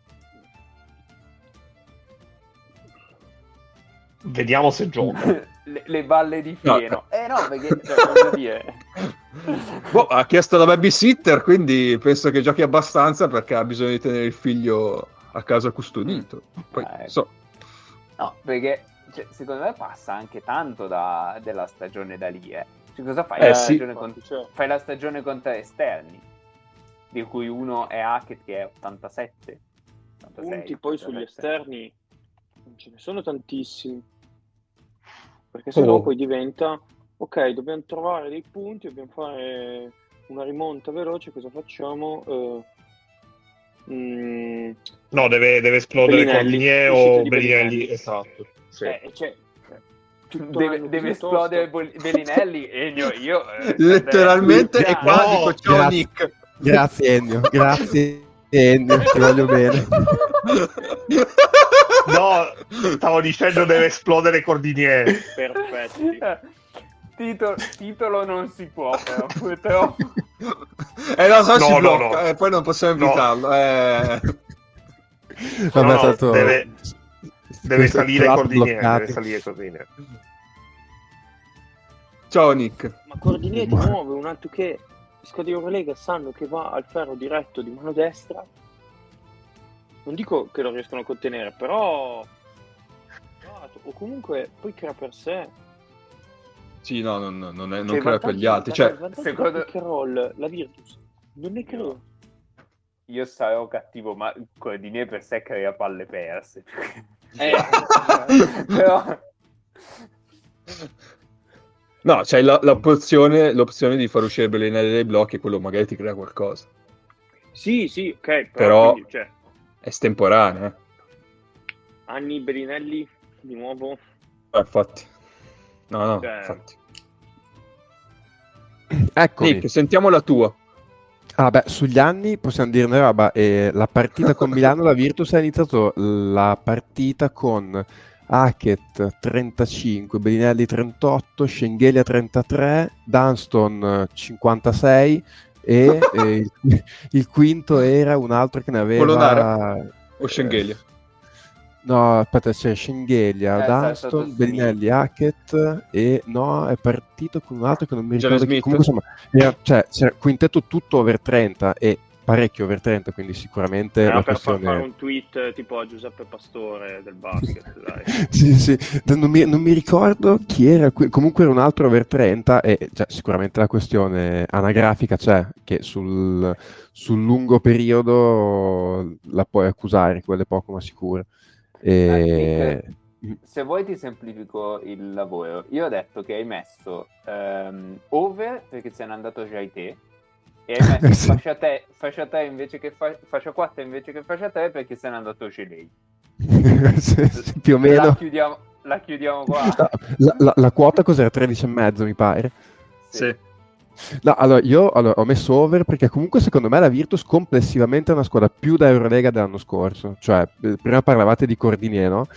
Vediamo se gioca. le, le balle di No. fieno. Eh no, perché cioè, voglio dire. Boh, ha chiesto la babysitter, quindi penso che giochi abbastanza perché ha bisogno di tenere il figlio a casa custodito. Poi, Ah, ecco. so. No, perché cioè, secondo me passa anche tanto da, della stagione da lì. Eh. Cioè, cosa fai? Eh, la sì. stagione con, fai la stagione con tre esterni, di cui uno è Hackett che è ottantasette. ottantasei, Punti poi sugli ottantasette. esterni non ce ne sono tantissimi, perché sennò Oh. poi diventa ok, dobbiamo trovare dei punti, dobbiamo fare una rimonta veloce, cosa facciamo? Eh, mm, No, deve, deve esplodere Bellinelli, Cordinier uscite o di Bellinelli. Bellinelli. Esatto. Sì. eh, cioè, tutto Deve, l'anno deve così esplodere tosto. Bol- Bellinelli e io, io eh, Letteralmente, perderei e qua No, dico ciao grazie. Nick. Grazie Ennio, grazie Ennio, ti voglio bene. No, stavo dicendo deve esplodere Cordinier. Perfetti. Titolo, titolo non si può, però purtroppo. Eh no, so No, si no, blocca, no. e poi non possiamo No. invitarlo. Eh. Vabbè, No, no, tanto- deve, deve questo salire club Cordinier. bloccati. Deve salire Cordinier. Ciao Nick. Ma Cordinier ti muove un altro che squadre di Eurolega sanno che va al ferro diretto di mano destra. Non dico che lo riescono a contenere, però o comunque poi crea per sé. Sì, no, non, non, è, non Cioè, crea per gli altri. Cioè, secondo- secondo la Virtus non ne crea. io sarò cattivo, ma Cordinier per sé crea palle perse. Eh. Però... No, c'hai la, l'opzione, l'opzione di far uscire Bellinelli dai blocchi e quello magari ti crea qualcosa. Sì, sì, ok, però, Però quindi, cioè, è estemporanea. Anni Bellinelli di nuovo. Eh, infatti. No, no, Cioè... infatti. Eccomi. Nick, sentiamo la tua. Ah beh, sugli anni possiamo dire una roba. Eh, la partita con Milano, la Virtus ha iniziato la partita con Hackett trentacinque, Bellinelli trentotto, Schengelia trentatré, Dunston cinquantasei e eh, il, il quinto era un altro che ne aveva... Polonara o Schengelia? Eh, no, aspetta, c'è Schengelia, Eh, Dunston, Bellinelli, Hackett e no, è partito con un altro che non mi Jalen ricordo chi. Smith. Comunque insomma, era, cioè, c'era quintetto tutto over trenta e parecchio over trenta, quindi sicuramente Era la per far questione... fare un tweet tipo a Giuseppe Pastore del basket, dai. Sì, sì, non mi, non mi ricordo chi era, qui- comunque era un altro over trenta e cioè, sicuramente la questione anagrafica c'è, che sul, sul lungo periodo la puoi accusare, quello è poco ma sicuro. E... Nick, se vuoi ti semplifico il lavoro. Io ho detto che hai messo ehm, over perché se n'è andato già te e hai messo Sì. fascia, te, fascia tre invece che fa, fascia quattro invece che fascia tre perché se n'è andato Celei. sì, sì, più o meno. La chiudiamo, la chiudiamo qua. La, la- la quota cos'era? tredici e mezzo mi pare. Sì. No, allora io allora, ho messo over perché comunque secondo me la Virtus complessivamente è una squadra più da Eurolega dell'anno scorso. Cioè, eh, prima parlavate di Cordinier, no?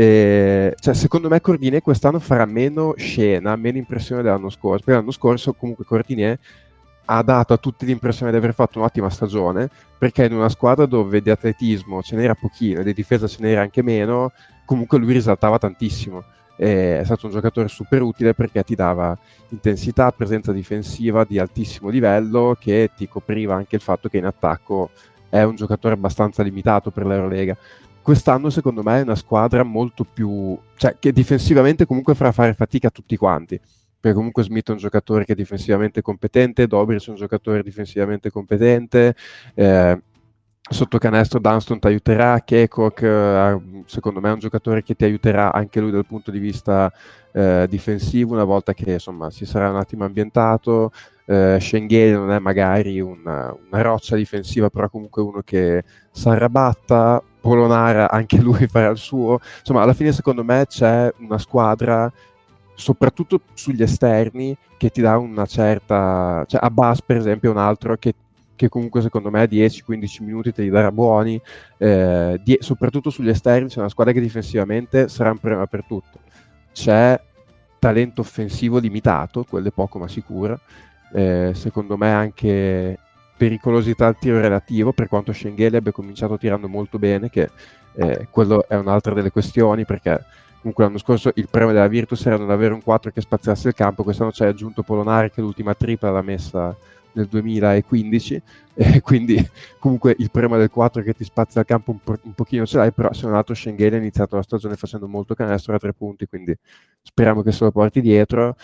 E, cioè, secondo me Cordinier quest'anno farà meno scena, meno impressione dell'anno scorso. Perché l'anno scorso comunque Cordinier ha dato a tutti l'impressione di aver fatto un'ottima stagione, perché in una squadra dove di atletismo ce n'era pochino, di difesa ce n'era anche meno, comunque lui risaltava tantissimo. È stato un giocatore super utile perché ti dava intensità, presenza difensiva di altissimo livello, che ti copriva anche il fatto che in attacco è un giocatore abbastanza limitato per l'Eurolega. Quest'anno secondo me è una squadra molto più, cioè che difensivamente comunque farà fare fatica a tutti quanti, perché comunque Smith è un giocatore che è difensivamente competente, Dobric è un giocatore difensivamente competente, eh, sotto canestro Dunston ti aiuterà, Kekok eh, secondo me è un giocatore che ti aiuterà anche lui dal punto di vista eh, difensivo una volta che insomma si sarà un attimo ambientato. eh, Schengelia non è magari una, una roccia difensiva, però comunque uno che si arrabatta. Polonara anche lui farà il suo, insomma alla fine secondo me c'è una squadra soprattutto sugli esterni che ti dà una certa, cioè Abbas per esempio è un altro che che comunque secondo me a dieci quindici minuti te li darà buoni, eh, die- soprattutto sugli esterni c'è una squadra che difensivamente sarà un problema per tutto, c'è talento offensivo limitato, quello è poco ma sicuro, eh, secondo me anche pericolosità al tiro relativo, per quanto Schengelia abbia cominciato tirando molto bene, che eh, quello è un'altra delle questioni, perché comunque l'anno scorso il premio della Virtus era non avere un quattro che spaziasse il campo, quest'anno c'è aggiunto Polonare che l'ultima tripla l'ha messa nel duemilaquindici e quindi comunque il problema del quattro che ti spazia il campo un, po- un pochino ce l'hai, però se non altro Schengelia ha iniziato la stagione facendo molto canestro a tre punti, quindi speriamo che se lo porti dietro.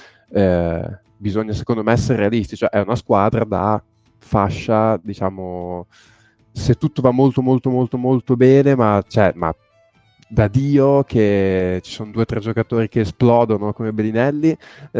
Eh, bisogna secondo me essere realisti, cioè è una squadra da fascia, diciamo, se tutto va molto molto molto molto bene, ma, cioè, ma da Dio che ci sono due o tre giocatori che esplodono come Bellinelli,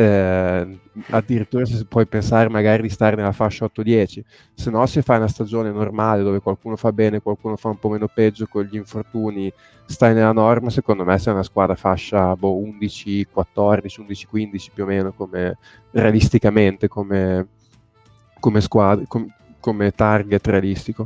eh, addirittura se puoi pensare magari di stare nella fascia otto dieci, se no se fai una stagione normale dove qualcuno fa bene, qualcuno fa un po' meno peggio con gli infortuni, stai nella norma, secondo me sei una squadra fascia boh, undici quattordici, undici quindici più o meno, come realisticamente come, come squadra, com, come target realistico.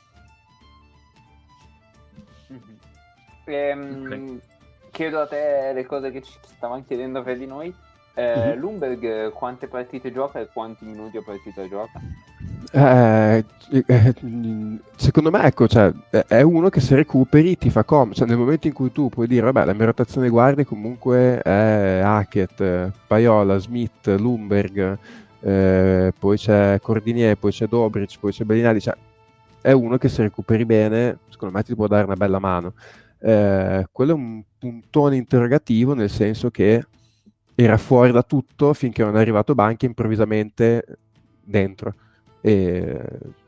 Ehm, Ok. Chiedo a te le cose che ci stavano chiedendo per di noi. Eh, Mhm. Lumberg quante partite gioca e quanti minuti a partita gioca? Eh, eh, secondo me ecco, cioè, è uno che se recuperi ti fa comodo, cioè, nel momento in cui tu puoi dire vabbè la mia rotazione guardie comunque è Hackett, Paiola, Smith, Lumberg, eh, poi c'è Cordinier, poi c'è Dobric, poi c'è Bellinelli, cioè, è uno che se recuperi bene secondo me ti può dare una bella mano. Eh, quello è un puntone interrogativo, nel senso che era fuori da tutto finché non è arrivato Banchi improvvisamente dentro. E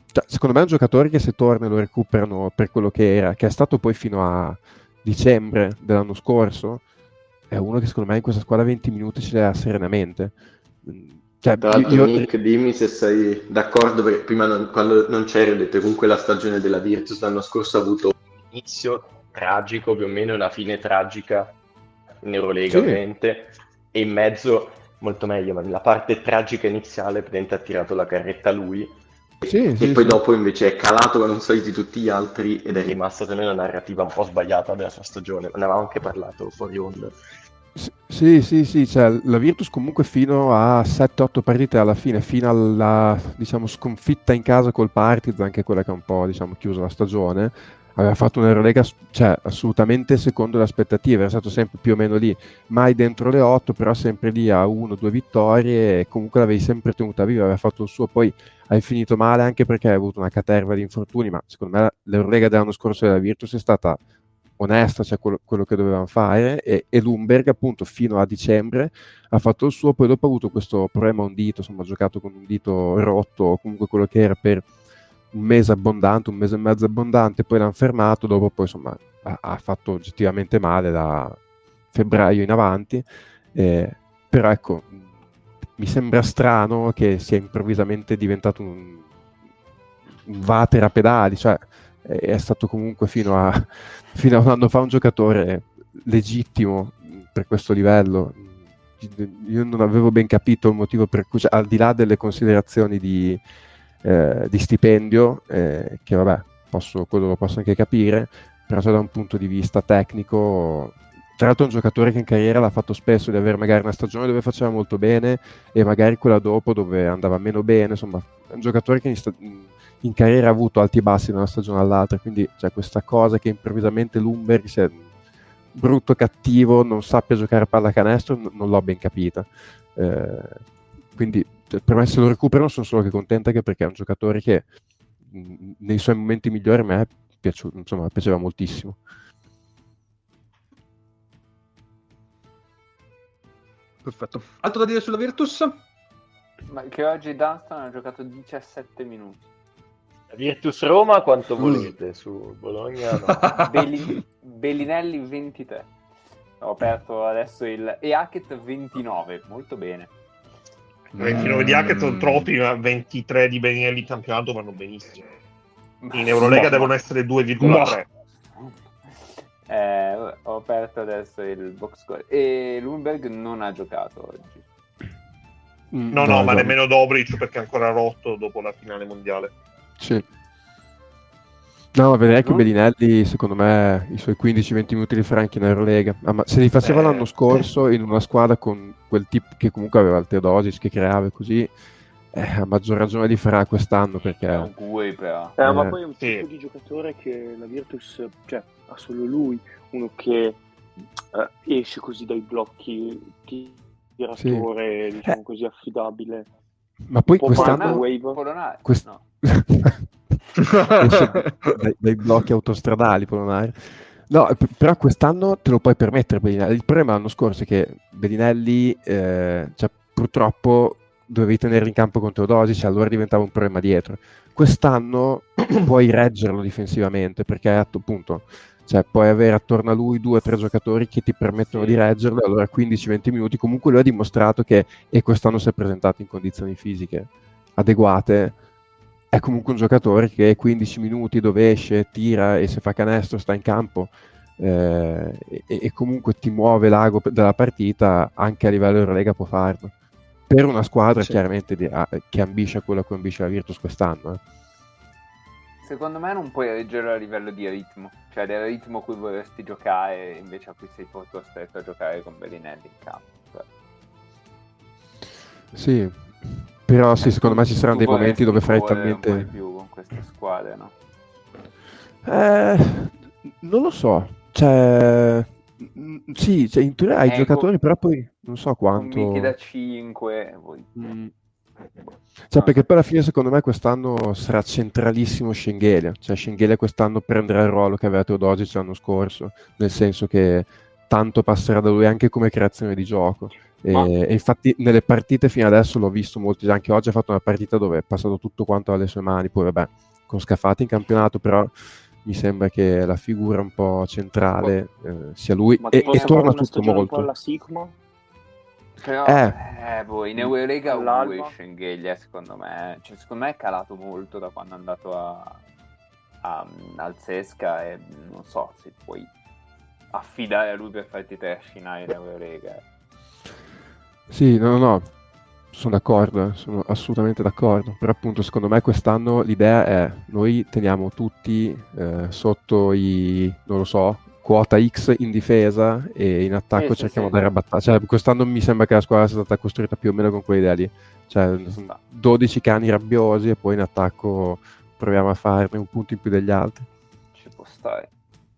cioè, secondo me è un giocatore che se torna lo recuperano per quello che era, che è stato poi fino a dicembre dell'anno scorso, è uno che secondo me in questa squadra venti minuti ce li ha serenamente. Cioè, Tra l'altro, io... Nick, dimmi se sei d'accordo, perché prima non, quando non c'eri ho detto che comunque la stagione della Virtus l'anno scorso ha avuto un inizio tragico, più o meno una fine tragica in Eurolega, sì, ovviamente, e in mezzo molto meglio, ma nella parte tragica iniziale praticamente ha tirato la carretta lui, sì, e, sì, e poi sì. Dopo invece è calato come non soliti tutti gli altri ed è rimasta secondo me una narrativa un po' sbagliata della sua stagione, ne avevamo anche parlato fuori onda. Sì, sì, sì, cioè, la Virtus comunque fino a sette otto partite alla fine, fino alla, diciamo, sconfitta in casa col Partizan, che è quella che ha un po', diciamo, chiuso la stagione, aveva fatto un'Eurolega, cioè, assolutamente secondo le aspettative, era stato sempre più o meno lì, mai dentro le otto, però sempre lì a uno, due vittorie, e comunque l'avevi sempre tenuta viva, aveva fatto il suo, poi hai finito male anche perché hai avuto una caterva di infortuni, ma secondo me l'Eurolega dell'anno scorso della Virtus è stata onesta, cioè quello, quello che dovevano fare, e, e Lumberg appunto fino a dicembre ha fatto il suo, poi dopo ha avuto questo problema a un dito, insomma ha giocato con un dito rotto o comunque quello che era per un mese abbondante, un mese e mezzo abbondante, poi l'hanno fermato, dopo poi insomma ha, ha fatto oggettivamente male da febbraio in avanti, eh, però ecco, mi sembra strano che sia improvvisamente diventato un, un vater a pedali, cioè è stato comunque fino a, fino a un anno fa un giocatore legittimo per questo livello. Io non avevo ben capito il motivo per cui, cioè, al di là delle considerazioni di, eh, di stipendio, eh, che vabbè, posso, quello lo posso anche capire, però cioè, da un punto di vista tecnico, tra l'altro è un giocatore che in carriera l'ha fatto spesso, di avere magari una stagione dove faceva molto bene e magari quella dopo dove andava meno bene, insomma è un giocatore che in, sta- in carriera ha avuto alti e bassi da una stagione all'altra, quindi c'è cioè, questa cosa che improvvisamente Lumberg sia brutto, cattivo, non sappia giocare a pallacanestro, n- non l'ho ben capita, eh, quindi cioè, per me se lo recuperano sono solo che contento, anche perché è un giocatore che mh, nei suoi momenti migliori a me è piaciuto, insomma piaceva moltissimo. Perfetto. Altro da dire sulla Virtus? Ma che oggi Dunstan ha giocato diciassette minuti. Virtus Roma quanto volete, su Bologna no. Belli- Bellinelli ventitré. Ho aperto adesso il... e Hackett ventinove, molto bene. ventinove di Hackett sono troppi, ma ventitré di Bellinelli in campionato vanno benissimo. In Eurolega no, devono essere due virgola tre. No. Eh, ho aperto adesso il box score e Lumberg non ha giocato oggi. Mm, no, no, no, ma no. Nemmeno Dobric perché è ancora rotto dopo la finale mondiale. Sì. No, ma vedrei che Bellinelli, secondo me, i suoi quindici venti minuti li farà anche in Eurolega. Ah, ma se li faceva eh. l'anno scorso in una squadra con quel tipo che comunque aveva il Teodosic che creava e così, eh, a maggior ragione li farà quest'anno perché... Auguri, però. Eh, eh. Ma poi è un sì. tipo di giocatore che la Virtus, cioè, ha solo lui, uno che eh, esce così dai blocchi, tiratore, sì. diciamo eh. così, affidabile. Ma poi quest'anno... Polonare, quest... no. dai, dai blocchi autostradali Polonare. No, p- però quest'anno te lo puoi permettere Bellinelli. Il problema l'anno scorso è che Bellinelli eh, cioè, purtroppo dovevi tenerlo in campo contro Teodosic, allora diventava un problema dietro. Quest'anno puoi reggerlo difensivamente perché appunto cioè, puoi avere attorno a lui due o tre giocatori che ti permettono sì. di reggerlo, allora quindici venti minuti comunque lui ha dimostrato che, e quest'anno si è presentato in condizioni fisiche adeguate, è comunque un giocatore che quindici minuti dove esce, tira e se fa canestro sta in campo, eh, e, e comunque ti muove l'ago della partita, anche a livello Eurolega può farlo per una squadra sì. chiaramente di, ah, che ambisce a quello che ambisce la Virtus quest'anno. eh. Secondo me non puoi reggerlo a livello di ritmo, cioè del ritmo a cui vorresti giocare invece a cui sei poi costretto a giocare con Bellinelli in campo. Cioè. Sì, però sì, secondo me ci saranno dei momenti dove farai talmente... un po' di più con queste squadre, no? Eh, non lo so, cioè... Sì, cioè, in teoria hai eh, giocatori, con... però poi non so quanto... Convinti da cinque... Voi... Mm. Cioè, perché poi alla fine secondo me quest'anno sarà centralissimo Schengelia, cioè Schengelia quest'anno prenderà il ruolo che aveva Teodosic l'anno scorso, nel senso che tanto passerà da lui anche come creazione di gioco. E, Ma- e infatti nelle partite fino adesso l'ho visto molto, anche oggi ha fatto una partita dove è passato tutto quanto alle sue mani, poi vabbè, con Scafati in campionato, però mi sembra che la figura un po' centrale eh, sia lui, Ma e, tipo e se fa torna una tutto stagione un po' molto. alla Sigma? Però, Eh. eh, boh, in Eurolega All'Alba? Uwe Schengelia, secondo me, cioè, secondo me è calato molto da quando è andato a, a, al Sesca e non so se puoi affidare a lui per farti trascinare in Eurolega. Sì, no, no, no, sono d'accordo, eh, sono assolutamente d'accordo, però appunto secondo me quest'anno l'idea è noi teniamo tutti eh, sotto i, non lo so, quota X in difesa e in attacco Sì, sì, cerchiamo sì. di dare a battaglia. Cioè, quest'anno mi sembra che la squadra sia stata costruita più o meno con quell'idea lì, cioè sta. dodici cani rabbiosi e poi in attacco proviamo a farne un punto in più degli altri. Ci può stare.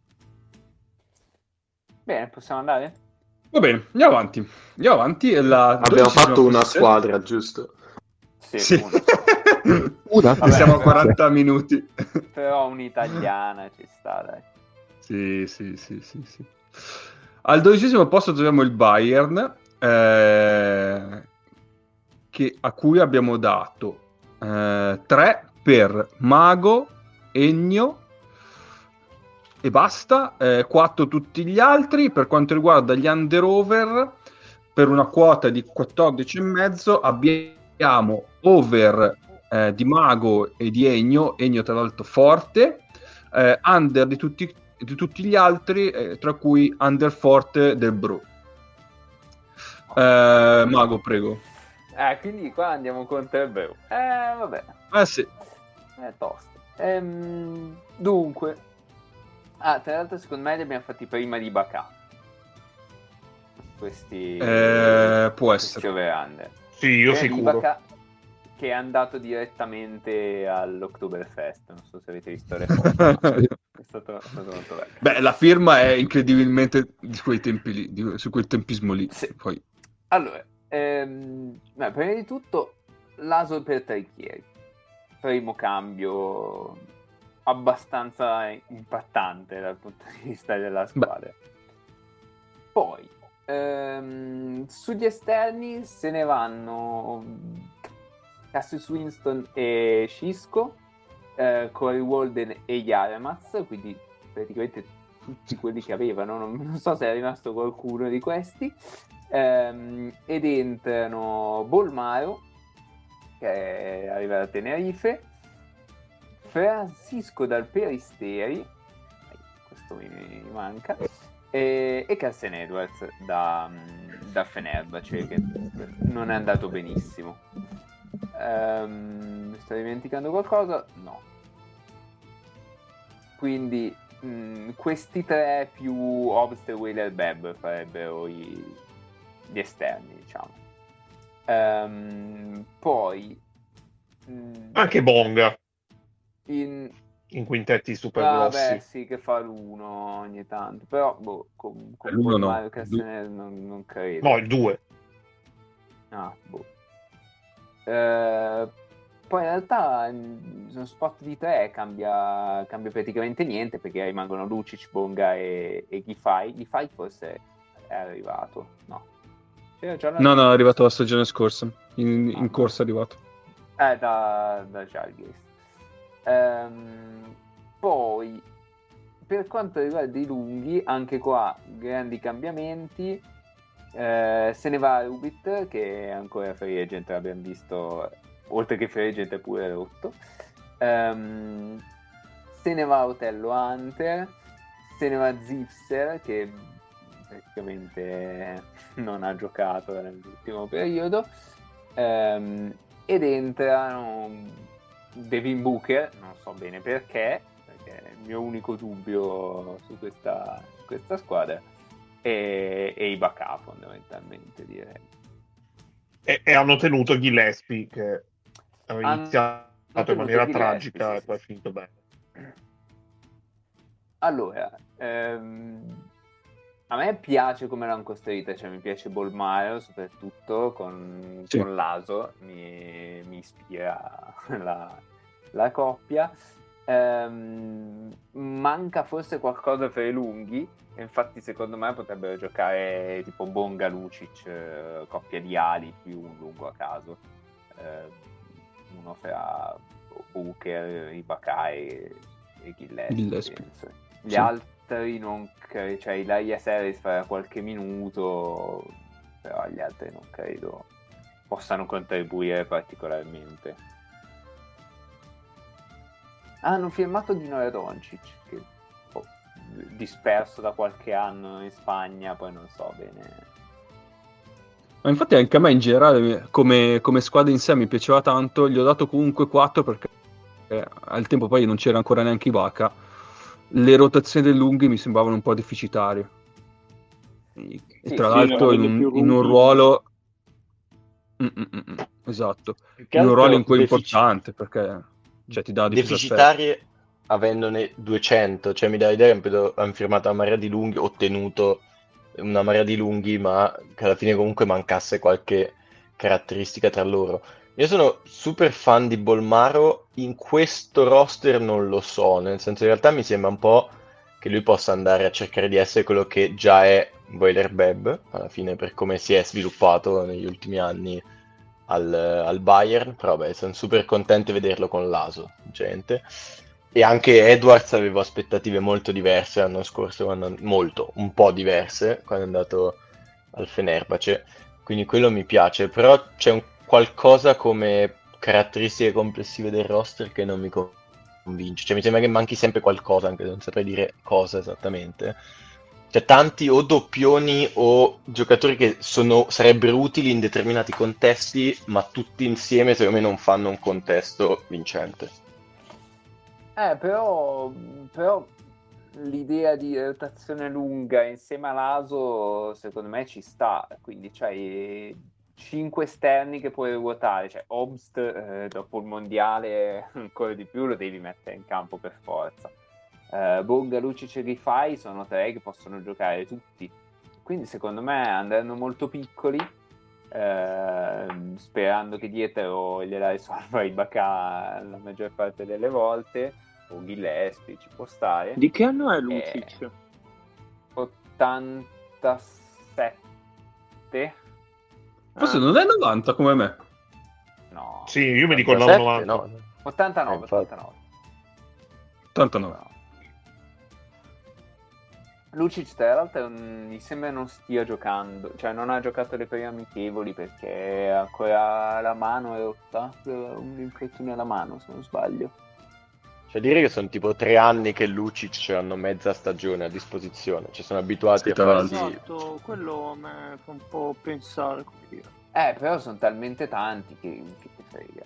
Bene, possiamo andare? Va bene, andiamo avanti. Andiamo avanti. e La Abbiamo dodicesima fatto una posizione- squadra, giusto? Sì, Sì. uno. Una? Vabbè, siamo a però- quaranta minuti. Però un'italiana ci sta, dai. Sì, sì, sì, sì, sì. Al dodicesimo posto troviamo il Bayern, eh, che- a cui abbiamo dato tre per Mago, Ennio e basta, quattro tutti gli altri. Per quanto riguarda gli under-over, per una quota di quattordici e mezzo abbiamo over eh, di Mago e di Ennio, Ennio tra l'altro forte, eh, under di tutti, di tutti gli altri, eh, tra cui under forte del Bro. Eh, Mago, prego. Eh, quindi qua andiamo contro il Bro. Eh, vabbè. Eh sì. È tosto. Ehm, dunque, ah, tra l'altro, secondo me li abbiamo fatti prima di Bacà. Questi, Eh, può questi essere. over-under. Sì, io Prima di sicuro. Bacà, che è andato direttamente all'Oktoberfest. Non so se avete visto le foto. ma È stato, è stato molto bello. Beh, la firma è incredibilmente di quei tempi lì, di- su quel tempismo lì. Sì. Poi. Allora, ehm, beh, prima di tutto, l'Aso per Tarichieri. Primo cambio abbastanza impattante dal punto di vista della squadra. Poi, ehm, sugli esterni se ne vanno Cassius Winston e Cisco, eh, Corey Walden e Yaremaz, quindi praticamente tutti quelli che avevano, non, non so se è rimasto qualcuno di questi, ehm, ed entrano Bolmaro, che arriva da Tenerife, Francisco dal Peristeri, questo mi, mi manca, e, e Carson Edwards da, da Fenerbahce, che non è andato benissimo. Um, sto dimenticando qualcosa? No. Quindi mh, questi tre più Obst, Wheeler, Bebb farebbero i, gli esterni, diciamo. Um, poi mh, Anche Bonga in, in quintetti super ah, grossi. beh, sì, che fa l'uno ogni tanto, però boh, con, con L'uno no. Mario Castanel non, non credo. No, il due. Ah, boh. Eh, poi in realtà sono spot di tre cambia, cambia praticamente niente, perché rimangono Lucic, Bonga e, e Ghifai. Ghifai forse è arrivato, no? C'era già No, no, è arrivato la stagione scorsa. In, in Ah, corsa è arrivato. Eh, da, da Žalgiris. Ehm, poi, per quanto riguarda i lunghi, anche qua grandi cambiamenti. Eh, se ne va Rubit, che è ancora free agent, l'abbiamo visto, oltre che free agent è pure rotto. Ehm, se ne va Otello Hunter, se ne va Zipser, che praticamente non ha giocato nell'ultimo periodo, ehm, ed entrano Devin Booker, non so bene perché, perché è il mio unico dubbio su questa, questa squadra, e, e Ibaka fondamentalmente, direi. E, e hanno tenuto Gillespie, che aveva Hanno iniziato in tenuto maniera Gillespie, tragica sì, e sì. poi è finito bene. Allora, ehm, a me piace come l'hanno costruita, cioè mi piace Bolmaro soprattutto con, Sì. con l'Aso, mi, mi ispira la, la coppia. ehm, manca forse qualcosa per i lunghi, e infatti secondo me potrebbero giocare tipo Bonga Lucic, eh, coppia di ali più un lungo a caso, eh, uno fra Booker, Ibaka e, e Gillespie, Gillespie. penso. Gli Sì. altri non cre- cioè Ilaria Series farà qualche minuto, però gli altri non credo possano contribuire particolarmente. Ah, hanno firmato Dino Doncic, che boh, disperso da qualche anno in Spagna, poi non so bene. Ma infatti anche a me in generale, come, come squadra in sé, mi piaceva tanto. Gli ho dato comunque quattro perché eh, al tempo poi non c'era ancora neanche Ibaka. Le rotazioni dei lunghi mi sembravano un po' deficitarie. E, e Sì, tra sì, l'altro erano in delle un, più in un rookie. ruolo... Mm, mm, mm, mm, esatto. Più che In un ruolo altro in cui è defici- importante, perché cioè, ti dà difesa a sé. deficitarie avendone duecento, cioè mi dà l'idea che hanno firmato una marea di lunghi, ottenuto una marea di lunghi, ma che alla fine comunque mancasse qualche caratteristica tra loro. Io sono super fan di Bolmaro, in questo roster non lo so, nel senso in realtà mi sembra un po' che lui possa andare a cercare di essere quello che già è Boiler Beb, alla fine per come si è sviluppato negli ultimi anni al, al Bayern, però beh, sono super contento di vederlo con l'Aso, gente. E anche Edwards avevo aspettative molto diverse l'anno scorso, quando, molto, un po' diverse, quando è andato al Fenerbahce, quindi quello mi piace, però c'è un qualcosa come caratteristiche complessive del roster che non mi convince, cioè mi sembra che manchi sempre qualcosa, anche se non saprei dire cosa esattamente. Cioè tanti o doppioni o giocatori che sono, sarebbero utili in determinati contesti, ma tutti insieme secondo me non fanno un contesto vincente. Eh, però, però l'idea di rotazione lunga insieme all'Aso secondo me ci sta, quindi c'hai cinque esterni che puoi ruotare, cioè Obst eh, dopo il mondiale ancora di più lo devi mettere in campo per forza. Uh, Bonga, Lucic e Rifai sono tre che possono giocare tutti, quindi secondo me andranno molto piccoli, uh, sperando che dietro gliela risolva Ibaka la maggior parte delle volte, o Gillespie ci può stare. Di che anno è Lucic? Eh, ottantasette. Forse Ah. non è novanta come me. No, Sì, io mi ricordavo ottantasette, novanta. no. ottantanove, Eh, infatti. ottantanove. ottantanove. Lucic tra l'altro mm, mi sembra non stia giocando, cioè non ha giocato le prime amichevoli perché ancora la mano è rotta, un infortunio alla mano se non sbaglio. Cioè dire che sono tipo tre anni che Lucic hanno mezza stagione a disposizione, ci sono abituati Sì, a tra farsi... l'altro. Esatto, quello mi fa un po' pensare, come dire. Eh, però sono talmente tanti che, che ti frega.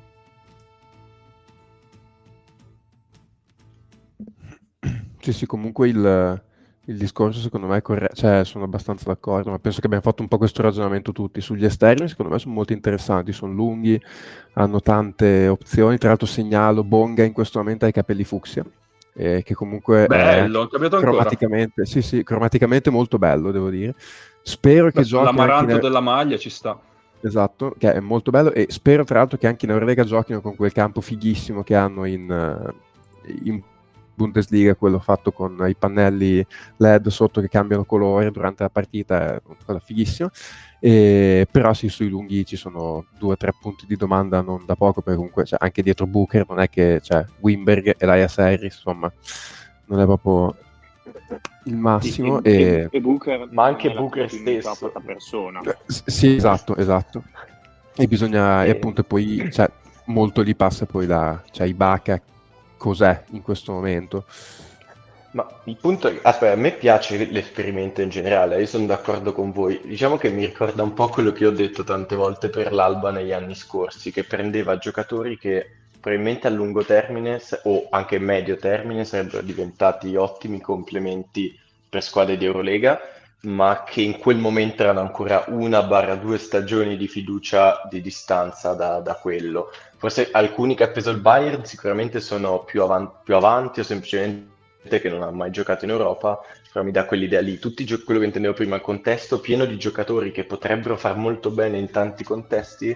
Sì, sì, comunque il, il discorso secondo me è corretto, cioè sono abbastanza d'accordo, ma penso che abbiamo fatto un po' questo ragionamento tutti. Sugli esterni secondo me sono molto interessanti, sono lunghi, hanno tante opzioni, tra l'altro segnalo Bonga in questo momento ha i capelli fucsia, eh, che comunque Bello, è ho capito ancora. cromaticamente, sì, sì, cromaticamente molto bello, devo dire. Spero che giochi anche L'amaranto in- della maglia ci sta. Esatto, che è molto bello e spero tra l'altro che anche in Eurolega giochino con quel campo fighissimo che hanno in, eh, in Bundesliga, quello fatto con i pannelli L E D sotto che cambiano colore durante la partita, è una cosa fighissima. E, però sì, sui lunghi ci sono due o tre punti di domanda non da poco, perché comunque cioè, anche dietro Booker non è che c'è cioè, Wimberg e Elias Harris, insomma non è proprio il massimo. e, e... e, e Booker Ma anche non è la Booker più in stesso. campo da persona. Eh, s- Sì, esatto, esatto. E bisogna, e E- appunto poi, cioè, molto lì passa poi la, cioè Ibaka cos'è in questo momento. Ma il punto è, aspetta, a me piace l'esperimento in generale, io sono d'accordo con voi. Diciamo che mi ricorda un po' quello che ho detto tante volte per l'Alba negli anni scorsi, che prendeva giocatori che probabilmente a lungo termine s- o anche medio termine sarebbero diventati ottimi complementi per squadre di Eurolega, ma che in quel momento erano ancora una barra due stagioni di fiducia di distanza da, da quello. Forse alcuni che ha preso il Bayern sicuramente sono più, avan- più avanti o semplicemente che non ha mai giocato in Europa, però mi dà quell'idea lì. Tutti i gio- quello che intendevo prima, il contesto pieno di giocatori che potrebbero far molto bene in tanti contesti,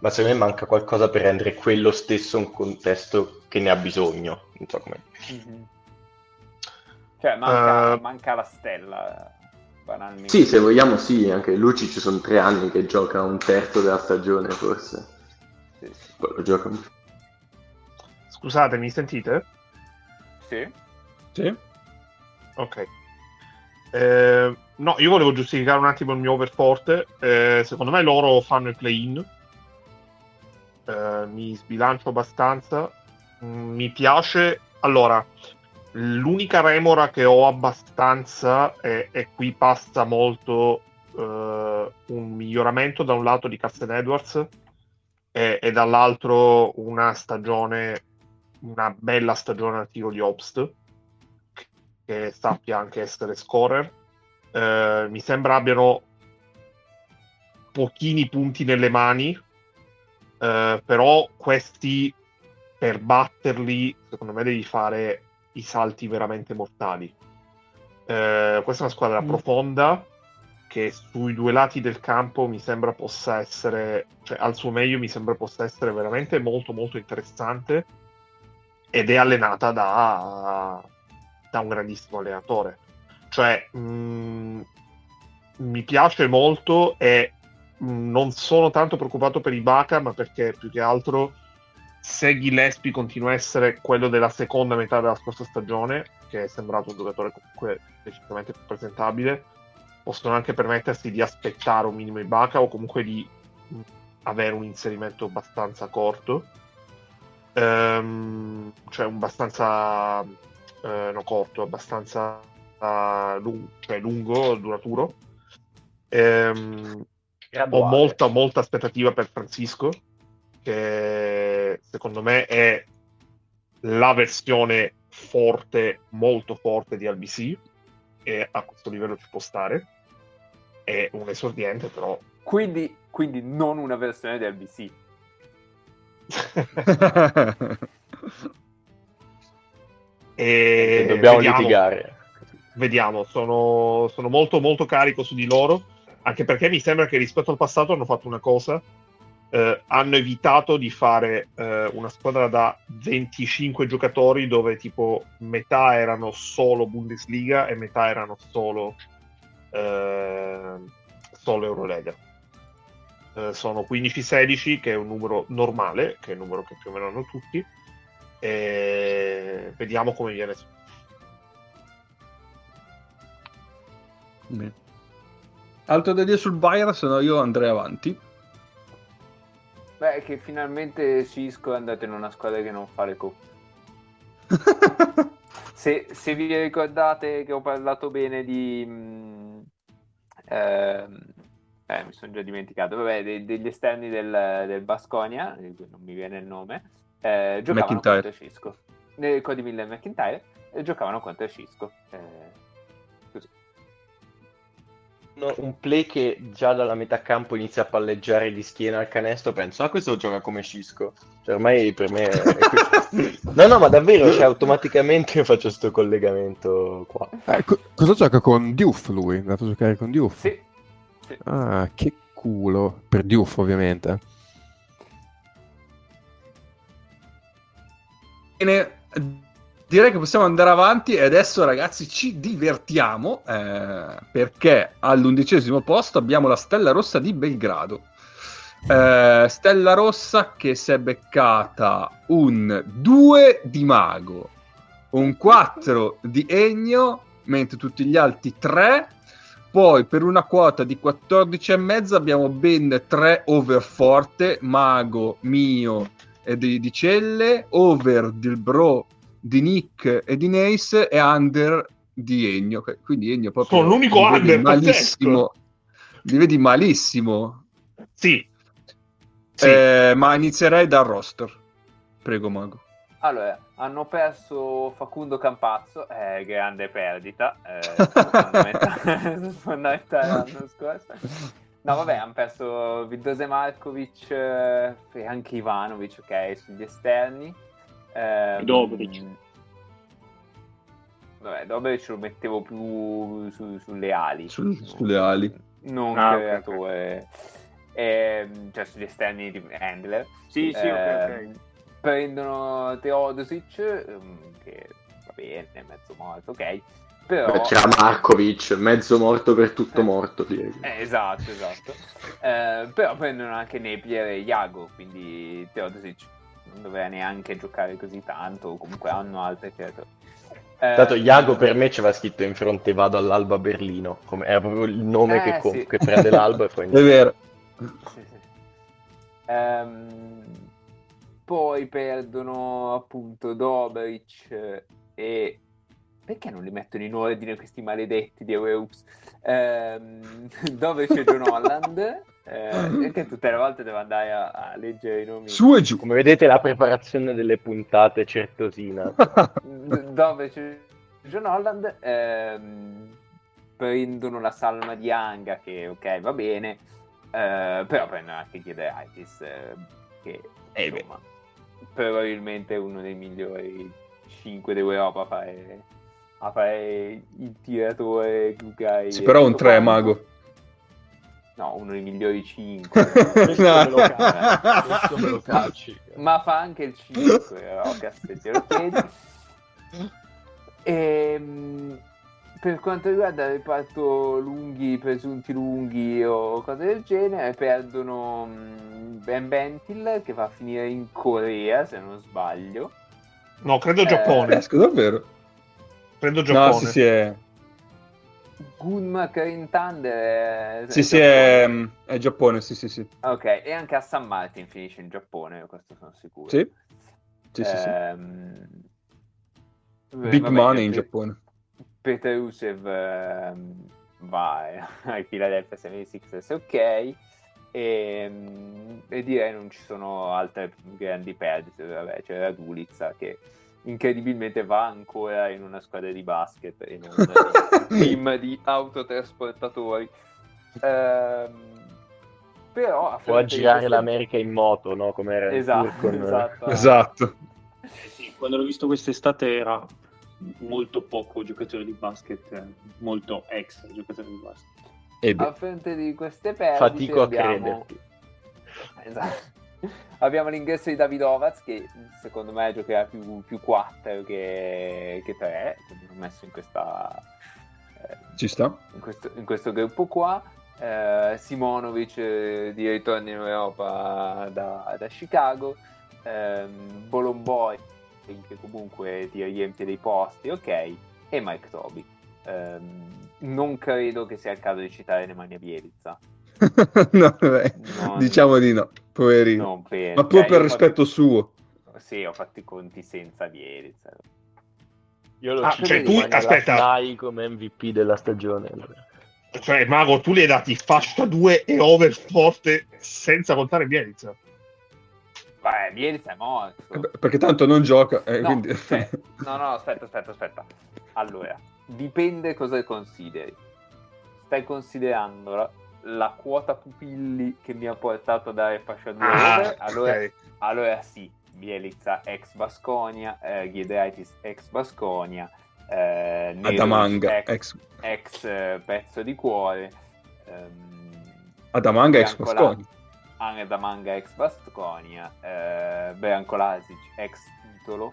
ma secondo me manca qualcosa per rendere quello stesso un contesto che ne ha bisogno. Non so come. Mm-hmm. Cioè, manca, Uh, manca la stella, banalmente. Sì, se vogliamo sì, anche Lucic ci sono tre anni che gioca un terzo della stagione, forse. Sì, sì. Poi lo gioca. Scusate, mi sentite? Sì. Sì. Ok. Eh, no, io volevo giustificare un attimo il mio overforte. Eh, secondo me loro fanno il play-in. Eh, mi sbilancio abbastanza. Mm, mi piace. Allora, l'unica remora che ho abbastanza, e, e qui passa molto eh, un miglioramento da un lato di Carsen Edwards e, e dall'altro una stagione, una bella stagione al tiro di Obst, che sappia anche essere scorer. Eh, mi sembra abbiano pochini punti nelle mani, eh, però questi, per batterli, secondo me devi fare i salti veramente mortali. Eh, questa è una squadra mm. profonda, che sui due lati del campo mi sembra possa essere, cioè al suo meglio mi sembra possa essere veramente molto molto interessante, ed è allenata da, da un grandissimo allenatore. Cioè mh, mi piace molto e mh, non sono tanto preoccupato per Ibaka, ma perché più che altro, se Gillespie continua a essere quello della seconda metà della scorsa stagione, che è sembrato un giocatore comunque decisamente più presentabile, possono anche permettersi di aspettare un minimo Ibaka, o comunque di mh, avere un inserimento abbastanza corto, ehm, cioè un abbastanza eh, no corto, abbastanza uh, lungo, cioè lungo, duraturo. Ehm, ho molta molta aspettativa per Francisco, che secondo me è la versione forte, molto forte di L B C, e a questo livello ci può stare. È un esordiente, però. Quindi, quindi non una versione di L B C. e, e dobbiamo vediamo, litigare. Vediamo, sono, sono molto molto carico su di loro, anche perché mi sembra che rispetto al passato hanno fatto una cosa. Eh, hanno evitato di fare eh, una squadra da venticinque giocatori, dove tipo metà erano solo Bundesliga e metà erano solo eh, solo Eurolega. Eh, sono quindici sedici, che è un numero normale, che è il numero che più o meno hanno tutti, e vediamo come viene. Bene. Altro da dire sul Bayern, se no io andrei avanti. Beh, che finalmente Cisco è andato in una squadra che non fa le coppe. se, se vi ricordate che ho parlato bene di mh, eh, eh, mi sono già dimenticato, vabbè, de- degli esterni del, del Baskonia, di cui non mi viene il nome, eh, giocavano McIntyre. contro Cisco, eh, Cody Miller e McIntyre, e giocavano contro Cisco, eh, così. No, un play che già dalla metà campo inizia a palleggiare di schiena al canestro, penso, ah, questo gioca come Cisco. Cioè, ormai per me è questo. No, no, ma davvero, cioè, automaticamente faccio sto collegamento qua. Eh, co- cosa gioca con Diouf lui? È andato a giocare con Diouf? Sì. sì. Ah, che culo. Per Diouf, ovviamente. Bene, direi che possiamo andare avanti e adesso, ragazzi, ci divertiamo eh, perché all'undicesimo posto abbiamo la Stella Rossa di Belgrado. Eh, Stella Rossa che si è beccata un due di Mago, un quattro di Ennio, mentre tutti gli altri tre. Poi per una quota di quattordici e mezzo abbiamo ben tre over forte, Mago, mio e di, di Celle, over del bro di Nick e di Nace e under di Ennio. Quindi Ennio proprio sono l'unico li vedi under malissimo, li vedi malissimo. Sì. Sì. Eh, ma inizierei dal roster. Prego, Mago. Allora, hanno perso Facundo Campazzo, eh, grande perdita, eh, fondamentale, fondamentale l'anno scorso. No, vabbè, hanno perso Vidose Markovic eh, e anche Ivanovic, ok, sugli esterni. Eh, Dobric. Vabbè, Dobric lo mettevo più su, sulle ali. Sul, sulle ali. Non ah, creatore. Okay. ehm, cioè sugli esterni di Handler. Sì, sì, ok, Ehm, ok. Prendono Teodosic, ehm, che va bene, mezzo morto, ok. Però... Beh, c'era Markovic, mezzo morto per tutto morto, direi. Eh, esatto, esatto. Eh, però prendono anche Napier e Iago, quindi Teodosic non doveva neanche giocare così tanto, o comunque hanno altre creature. Eh, Tanto Iago per me c'era scritto in fronte vado all'Alba Berlino, come, era proprio il nome Eh, che, com- sì. che prende l'Alba e poi... È vero. Sì, sì. Ehm, poi perdono appunto Dobric e... Perché non li mettono in ordine questi maledetti di Euroops? Ehm, dove c'è John Holland? Eh, perché tutte le volte devo andare a, a leggere i nomi. Su e giù. Come vedete la preparazione delle puntate certosina. D- dove c'è John Holland? Ehm, prendono la salma di Anga, che ok, va bene, eh, però prendono anche Giedaitis, eh, che Eh insomma, probabilmente è uno dei migliori cinque d'Europa a fare, a fare il tiratore, giocare Sì, però un tre mago. No, uno dei migliori cinque. Questo me lo calci, questo me lo calci. Ma fa anche il cinque, Rocas, se te lo chiedi. E, per quanto riguarda il reparto lunghi, presunti lunghi o cose del genere, perdono um, Ben Bentil, che va a finire in Corea, se non sbaglio. No, credo Giappone. Esco, davvero? Credo Giappone. No, sì, sì, è... Gunma Karin Thunder è, Sì, è sì, Giappone. è... è Giappone, sì, sì, sì. Ok, e anche Aston Martin finisce in Giappone, questo sono sicuro. Sì, sì, sì, sì. Ehm, Big vabbè, money in Pe- Giappone. Peter Rusev ehm, va eh, ai Philadelphia settantasei, ok, e, e direi non ci sono altre grandi perdite. Vabbè, c'era Dulitza che incredibilmente va ancora in una squadra di basket e non in un team di autotrasportatori. Ehm, però a Può fronte di girare queste- l'America in moto, no? Come era il Esatto, tour con... esatto. Esatto. Eh sì, quando l'ho visto quest'estate era molto poco giocatore di basket, eh, molto ex giocatore di basket. E A beh, fronte di queste perdite Fatico a abbiamo... crederti. Esatto. Abbiamo l'ingresso di Davidovaz, che secondo me giocherà più, più quattro che, che tre, quindi l'ho messo in questa eh, ci sta. in questo, in questo gruppo qua. eh, Simonovic eh, di ritorno in Europa da, da Chicago, ehm, Bolomboy che comunque ti riempie dei posti, ok, e Mike Toby. Ehm, non credo che sia il caso di citare Nemanja Bjelica. No, vabbè, Non- diciamo di no, poverino. non penso. Ma pure Cioè, per io ho rispetto suo. fatto- Sì, ho fatto i conti senza Bjelica. Io lo Ah, cito cioè, tu- come alla aspetta. Fnai come M V P della stagione. Cioè, Mago, tu li hai dati fascia due e over forte senza contare Bielitsa. Beh, Bjelica è morto. Eh beh, perché tanto non gioca. eh, No, quindi... cioè, no, no, aspetta, aspetta, aspetta. Allora, dipende cosa consideri. Stai considerando la, la quota pupilli che mi ha portato a dare fascia due Ah, over? Allora, ok. allora sì, Bjelica ex Baskonia, eh, Giedaitis ex Baskonia, eh, Nedovic Adamanga, ex, ex... ex eh, pezzo di cuore, ehm, Adamanga ex Branco Mosconi. anche Adamanga ex Baskonia, eh, Branko Lasic ex titolo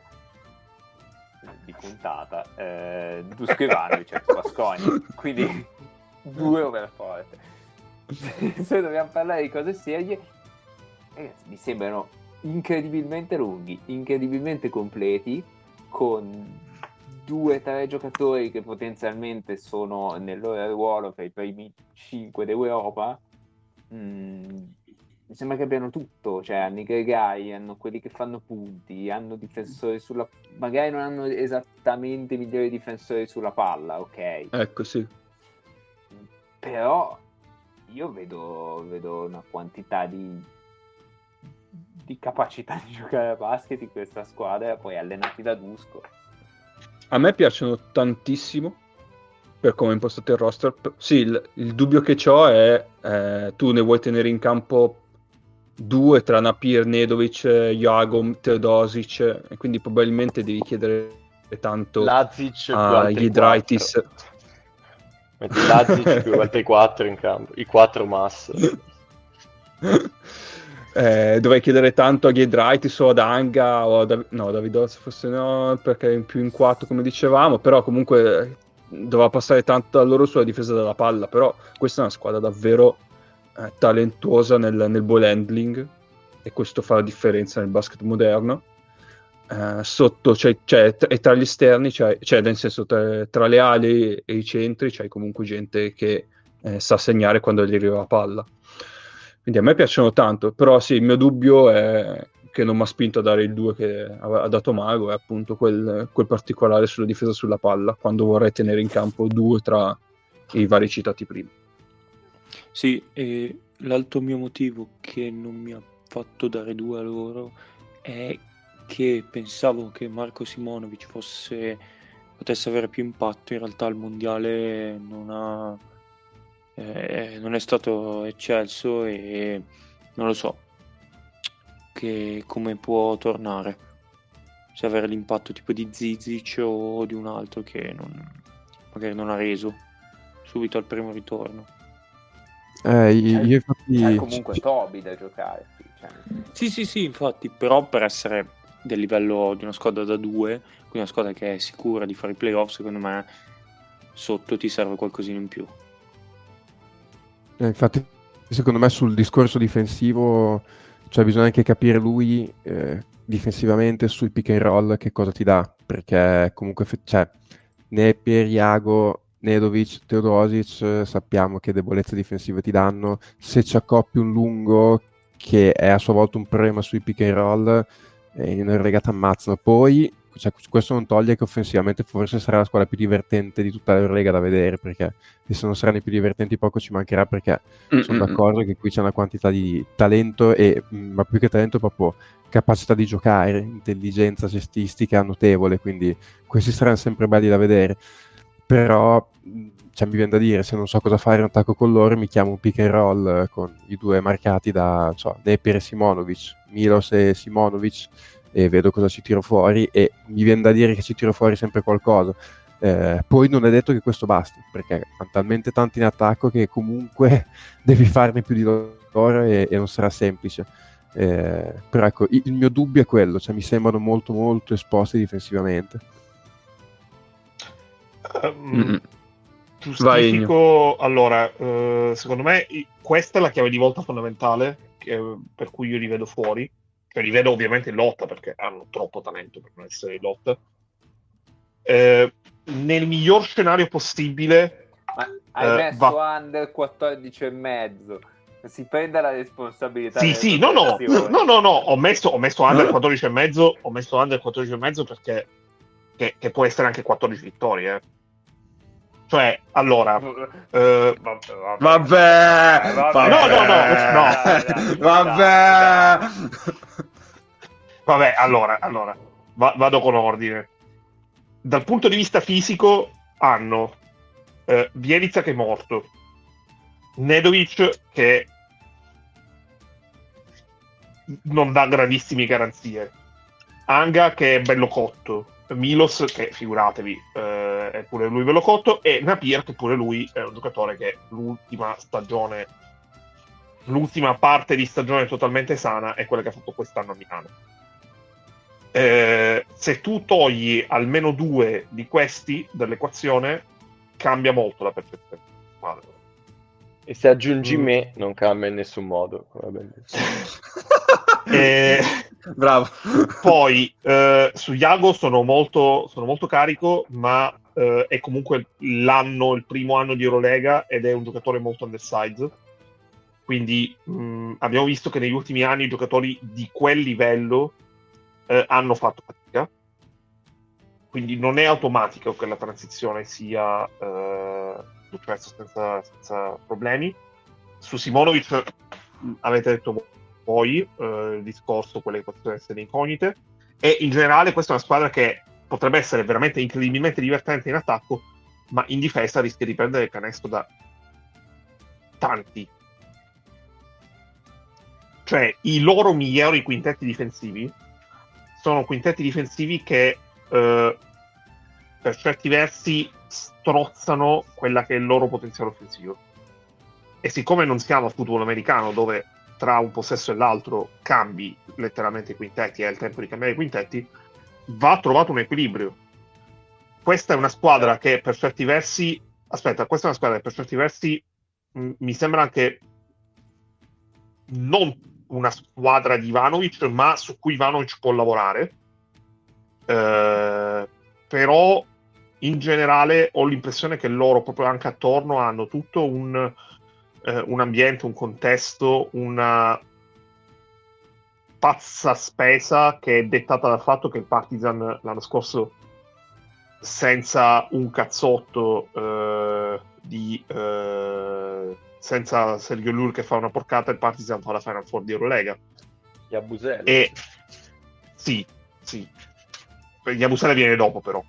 di puntata, eh, Dusko Ivanovic ex Baskonia, quindi due over forte. Se dobbiamo parlare di cose serie, ragazzi, mi sembrano incredibilmente lunghi, incredibilmente completi, con due o tre giocatori che potenzialmente sono nel loro ruolo per i primi cinque d'Europa. Mm, mi sembra che abbiano tutto, cioè hanno i gregari, hanno quelli che fanno punti, hanno difensori sulla... magari non hanno esattamente i migliori difensori sulla palla, ok? Ecco, sì. Però io vedo, vedo una quantità di, di capacità di giocare a basket in questa squadra, poi allenati da Dusko. A me piacciono tantissimo per come è impostato il roster. P- Sì, il, il dubbio che ho è eh, tu ne vuoi tenere in campo due tra Napier, Nedovic, Iago, Teodosic, e quindi probabilmente devi chiedere tanto Lazic più a altri Giedraitis. quattro. Metti Lazic più altri quattro in campo, i quattro mass. eh, dovrei chiedere tanto a Giedraitis o ad Anga o a Dav- no, Davidovaz forse no, perché è in più in quattro come dicevamo, però comunque doveva passare tanto da loro sulla difesa della palla, però questa è una squadra davvero eh, talentuosa nel, nel ball handling, e questo fa la differenza nel basket moderno. Uh, sotto c'è, c'è, e tra gli esterni c'è, c'è nel senso tra, tra le ali e i centri c'è comunque gente che eh, sa segnare quando gli arriva la palla, quindi a me piacciono tanto, però sì, il mio dubbio è che non mi ha spinto a dare il due che ha, ha dato Mago, è appunto quel, quel particolare sulla difesa sulla palla, quando vorrei tenere in campo due tra i vari citati prima. Sì, e l'altro mio motivo che non mi ha fatto dare due a loro è che pensavo che Marko Simonovic fosse potesse avere più impatto. In realtà il mondiale non ha eh, non è stato eccelso, e non lo so che come può tornare, se avere l'impatto tipo di Zizic o di un altro che non, magari non ha reso subito al primo ritorno. Eh, io infatti... C'è comunque Toby da giocare. Cioè. Sì, sì, sì, infatti, però per essere del livello di una squadra da due, quindi una squadra che è sicura di fare i playoff, secondo me sotto ti serve qualcosina in più. Eh, infatti, secondo me sul discorso difensivo, cioè bisogna anche capire lui eh, difensivamente sui pick and roll che cosa ti dà, perché comunque cioè, né per Iago, Nedovic, Teodosic eh, sappiamo che debolezze difensive ti danno. Se ci accoppi un lungo che è a sua volta un problema sui pick and roll, eh, in Eurolega ti ammazzano. Poi cioè, questo non toglie che offensivamente forse sarà la squadra più divertente di tutta l'Eurolega da vedere, perché se non saranno i più divertenti poco ci mancherà, perché Mm-mm. sono d'accordo che qui c'è una quantità di talento, e ma più che talento proprio capacità di giocare, intelligenza cestistica notevole, quindi questi saranno sempre belli da vedere. Però cioè, mi viene da dire, se non so cosa fare in attacco con loro, mi chiamo un pick and roll con i due marcati da so, Napier e Simonovic, Milos e Simonovic, e vedo cosa ci tiro fuori, e mi viene da dire che ci tiro fuori sempre qualcosa. Eh, poi non è detto che questo basti, perché hanno talmente tanti in attacco che comunque devi farne più di loro, e, e non sarà semplice. Eh, però ecco, il, il mio dubbio è quello, cioè mi sembrano molto molto esposti difensivamente. Um, giustifico, allora, uh, secondo me questa è la chiave di volta fondamentale che, per cui io li vedo fuori. Cioè, li vedo ovviamente in lotta perché hanno troppo talento per non essere in lotta. Eh, nel miglior scenario possibile, ma hai eh, messo va... under quattordici e mezzo, si prenda la responsabilità. Sì, sì, no, no, no, no, no, ho messo, ho messo under quattordici e mezzo, ho messo under quattordici e mezzo perché che, che può essere anche quattordici vittorie, eh. Cioè, allora, eh, vabbè, vabbè, vabbè, no, no, no, no, vabbè, vabbè, allora, allora, va, vado con ordine. Dal punto di vista fisico hanno eh, Bjelica che è morto, Nedovic che non dà grandissime garanzie, Anga che è bello cotto, Milos che figuratevi eh, è pure lui bello cotto, e Napier che pure lui è un giocatore che l'ultima stagione l'ultima parte di stagione totalmente sana è quella che ha fatto quest'anno a Milano. Eh, se tu togli almeno due di questi dall'equazione cambia molto la percezione. E se aggiungi mm. me non cambia in nessun modo. eh, bravo. Poi eh, su Iago sono molto, sono molto carico, ma eh, è comunque l'anno, il primo anno di Eurolega ed è un giocatore molto undersized, quindi mh, abbiamo visto che negli ultimi anni i giocatori di quel livello eh, hanno fatto fatica, quindi non è automatico che la transizione sia eh, successo senza, senza problemi. Su Simonovic avete detto poi eh, il discorso, quelle che possono essere incognite, e in generale questa è una squadra che potrebbe essere veramente incredibilmente divertente in attacco, ma in difesa rischia di prendere il canestro da tanti. Cioè i loro migliori quintetti difensivi sono quintetti difensivi che eh, per certi versi strozzano quella che è il loro potenziale offensivo, e siccome non siamo a football americano dove tra un possesso e l'altro cambi letteralmente i quintetti e hai il tempo di cambiare i quintetti, va trovato un equilibrio. Questa è una squadra che per certi versi aspetta, questa è una squadra che per certi versi mh, mi sembra anche non una squadra di Ivanovic, ma su cui Ivanovic può lavorare. Eh, però in generale ho l'impressione che loro proprio anche attorno hanno tutto un, eh, un ambiente, un contesto, una pazza spesa che è dettata dal fatto che il Partizan l'anno scorso, senza un cazzotto eh, di eh, senza Sergio Llull che fa una porcata, il Partizan fa la Final Four di Eurolega. Yabusele. E sì, sì. Yabusele viene dopo però.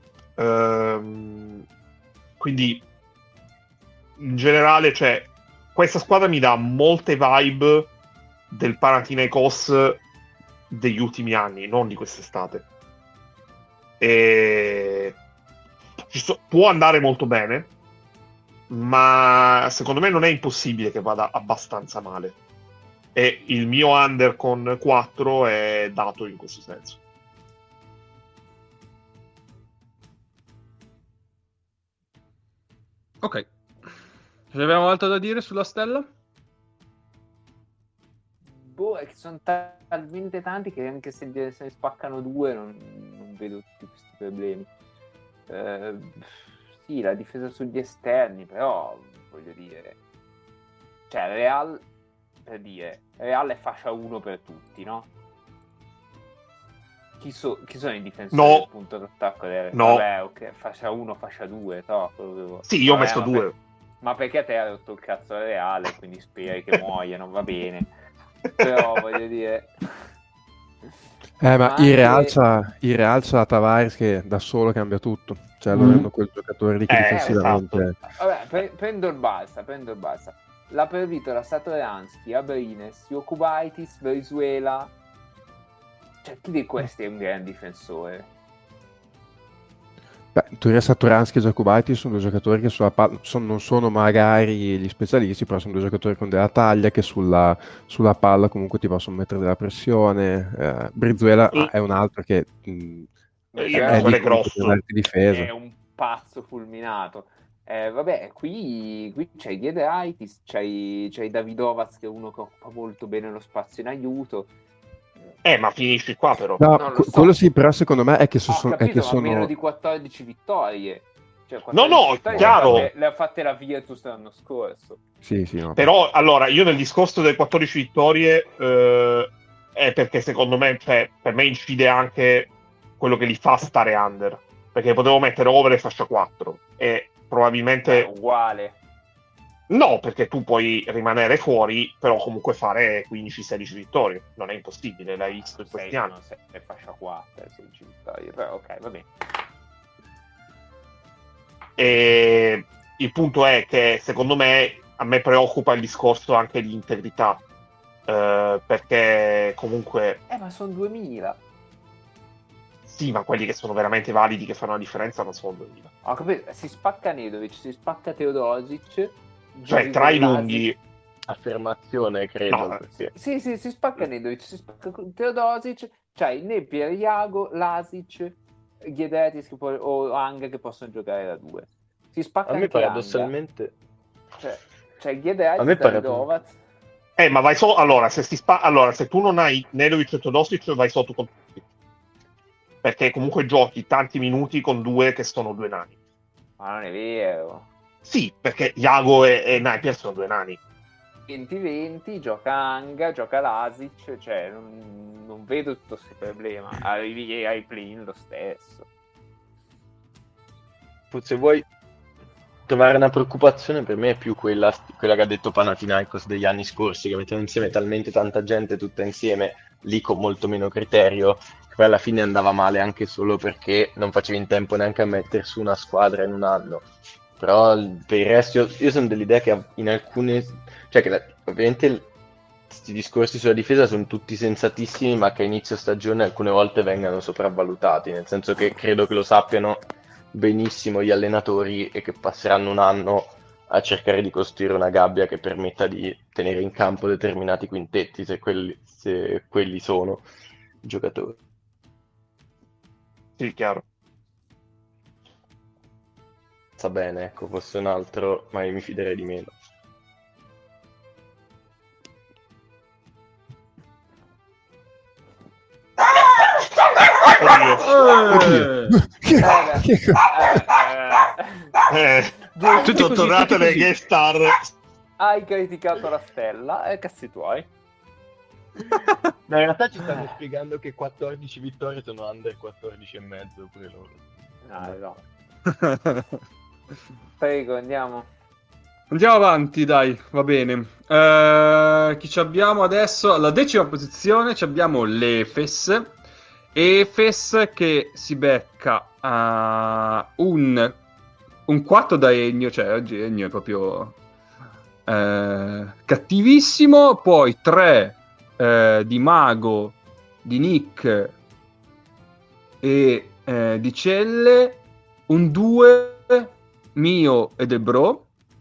Ehm, quindi in generale, cioè, questa squadra mi dà molte vibe del Panathinaikos degli ultimi anni, non di quest'estate. E ci so- può andare molto bene, ma secondo me non è impossibile che vada abbastanza male, e il mio under con quattro è dato in questo senso. Ok, ce abbiamo altro da dire sulla stella? Boh, è che sono ta- talmente tanti che anche se se ne spaccano due non, non vedo tutti questi problemi. Eh, sì, la difesa sugli esterni, però voglio dire, cioè Real, per dire, Real è fascia uno per tutti, no? Chi, so- chi sono i difensori No. del punto d'attacco? Del... No. Vabbè, ok, fascia uno, fascia due, no, quello che... Sì, io ho Vabbè, messo ma due. per- Ma perché a te ha rotto il cazzo al Reale, quindi speri che muoia, non va bene. Però voglio dire... Eh, ma Ma il anche- Real c'ha, il Real c'ha Tavares che da solo cambia tutto. Cioè, loro Mm. hanno quel giocatore lì che Eh, difensivamente... Vabbè, pre- prendo il Barça, prendo il Barça. La Pervitola, Satoransky, Abrines, Jokubaitis, Venezuela. Cioè, chi di questi è un gran difensore? Beh, in teoria Satoransky e Jokubaitis sono due giocatori che sulla palla son- non sono magari gli specialisti, però sono due giocatori con della taglia che sulla, sulla palla comunque ti possono mettere della pressione. Eh, Brizuela E- è un altro che mh, Eh, È il è Brizuela lì è comunque grosso. per darti difesa. È un pazzo fulminato. Eh, vabbè, qui, qui c'hai Giedraitis, c'hai, c'hai Davidovaz che è uno che occupa molto bene lo spazio in aiuto. Eh, ma finisci qua però. No, Non lo que- so. quello sì, però secondo me è che, so- Ho son- è capito, che ma meno sono... di quattordici vittorie. Cioè, No, no, vittorie chiaro. Le ha, fatte, le ha fatte la Virtus l'anno scorso. Sì, sì, no. Però, allora, io nel discorso delle quattordici vittorie eh, è perché secondo me, cioè, per me incide anche quello che li fa stare under. Perché potevo mettere over e fascia quattro. E probabilmente... È uguale. No, perché tu puoi rimanere fuori, però comunque fare quindici sedici vittorie. Non è impossibile, l'hai visto in questi sei, anni. no, sei, è fascia quattro, sedici vittorie. Però ok, va bene. E il punto è che secondo me a me preoccupa il discorso anche di integrità, eh, perché comunque Eh, ma sono duemila. sì, ma quelli che sono veramente validi, che fanno la differenza, non sono duemila. Ho capito, si spacca Nedovic, si spacca Teodosic. Cioè, tra i lunghi, Affermazione, credo. No, perché... Sì, sì, si spacca Nedovic, si spacca Teodosic, c'hai Napier, Iago, Lasic, Giedraitis che poi- o Hanga che possono giocare da due. Si spacca A me anche paradossalmente... Hanga. Cioè, c'è Giedraitis, A me parad- Davidovaz. eh, ma vai solo. Allora, se si spa... allora, se tu non hai Nedovic e Teodosic, vai sotto con tutti. Perché comunque giochi tanti minuti con due che sono due nani. Ma non è vero. Sì, perché Iago e, e Napier sono due nani. venti venti, gioca Hanga, gioca Lasic, cioè non, non vedo tutto questo problema. Arrivi ai play lo stesso. Se vuoi trovare una preoccupazione, per me è più quella, quella che ha detto Panathinaikos degli anni scorsi, che mettevano insieme talmente tanta gente tutta insieme, lì con molto meno criterio, che poi alla fine andava male anche solo perché non facevi in tempo neanche a mettere su una squadra in un anno. Però per il resto io, io sono dell'idea che in alcune, cioè che la, ovviamente questi discorsi sulla difesa sono tutti sensatissimi, ma che a inizio stagione alcune volte vengano sopravvalutati, nel senso che credo che lo sappiano benissimo gli allenatori e che passeranno un anno a cercare di costruire una gabbia che permetta di tenere in campo determinati quintetti, se quelli, se quelli sono i giocatori. Sì, chiaro. Sa bene, ecco, fosse un altro, ma io mi fiderei di meno. Oddio. Che- Eh, che- eh, Eh, Tutti tutto così, tornato tutti alle così. guest star. hai criticato la stella, e cazzi tuoi. Ma in realtà ci stanno spiegando che quattordici vittorie sono under quattordici e mezzo pure loro. No, no. Prego, andiamo. Andiamo avanti, dai, va bene. Eh, chi ci abbiamo adesso? Alla decima posizione ci abbiamo l'Efes. Efes che si becca a un, un quattro da Ennio, cioè oggi Ennio è proprio eh, cattivissimo. Poi tre eh, di Mago, di Nick e eh, di Celle, un due mio e del Bro.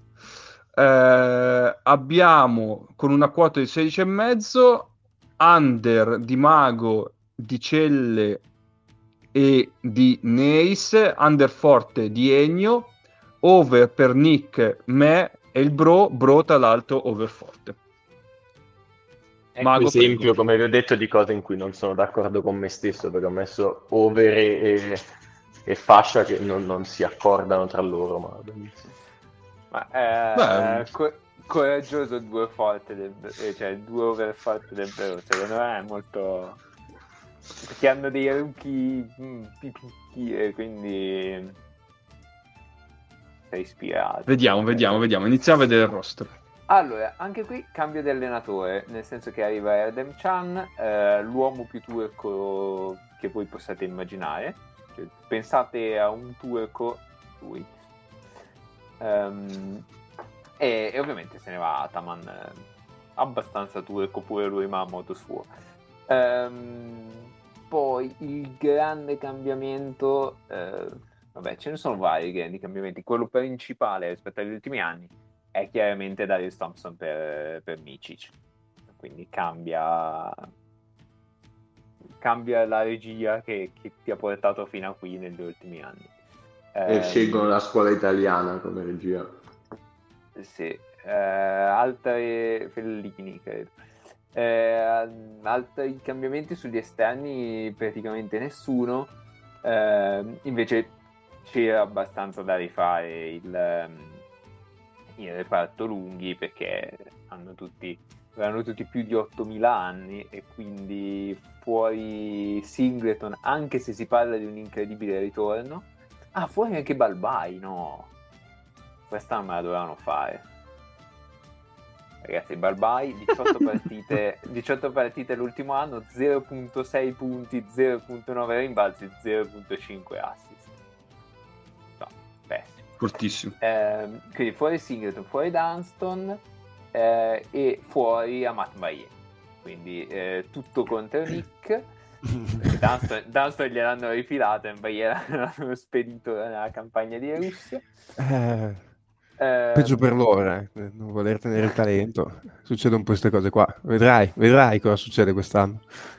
Eh, abbiamo con una quota di sedici e mezzo under di Mago, di Celle e di Neis, under forte di Ennio, over per Nick, me e il Bro, Bro tra l'altro over forte. Ecco Mago, esempio, prego. come vi ho detto, di cose in cui non sono d'accordo con me stesso, perché ho messo over e, e fascia che non, non si accordano tra loro, ma benissimo. Ma eh, Beh. co- coraggioso due forte del, eh, cioè due over forte del vero, secondo me è molto, perché hanno dei rookie mm, pipicchi e quindi sei ispirato. Vediamo, vediamo, vediamo. Iniziamo a vedere il roster. Allora, anche qui cambio di allenatore, nel senso che arriva Erdem Chan, eh, l'uomo più turco che voi possiate immaginare. Cioè, pensate a un turco, lui. Um, e, e ovviamente se ne va Ataman, eh, abbastanza turco pure lui, ma a modo suo. Um, poi il grande cambiamento, eh, vabbè, ce ne sono vari grandi cambiamenti. Quello principale rispetto agli ultimi anni è chiaramente Darius Thompson per, per Micic, quindi cambia cambia la regia che, che ti ha portato fino a qui negli ultimi anni. E Eh, scelgono la scuola italiana come regia. sì, eh, altri Fellini credo. Eh, altri cambiamenti sugli esterni praticamente nessuno. Eh, invece c'era abbastanza da rifare il, il reparto lunghi, perché hanno tutti avevano tutti più di ottomila anni, e quindi fuori Singleton, anche se si parla di un incredibile ritorno. Ah, fuori anche Balbai, no, questa non me la dovevano fare, ragazzi. Balbai diciotto partite diciotto partite l'ultimo anno, zero virgola sei punti, zero virgola nove rimbalzi, zero virgola cinque assist. No, pessimo. Fortissimo. Eh, quindi fuori Singleton, fuori Dunston, eh, e fuori Amat Baye, quindi eh, tutto contro Nick. Dunston, Dunston gliel'hanno rifilato e Baye l'hanno spedito nella campagna di Russia. Eh, Eh, peggio per loro, eh. Non voler tenere il talento. Succedono un po' queste cose qua. Vedrai, vedrai cosa succede quest'anno.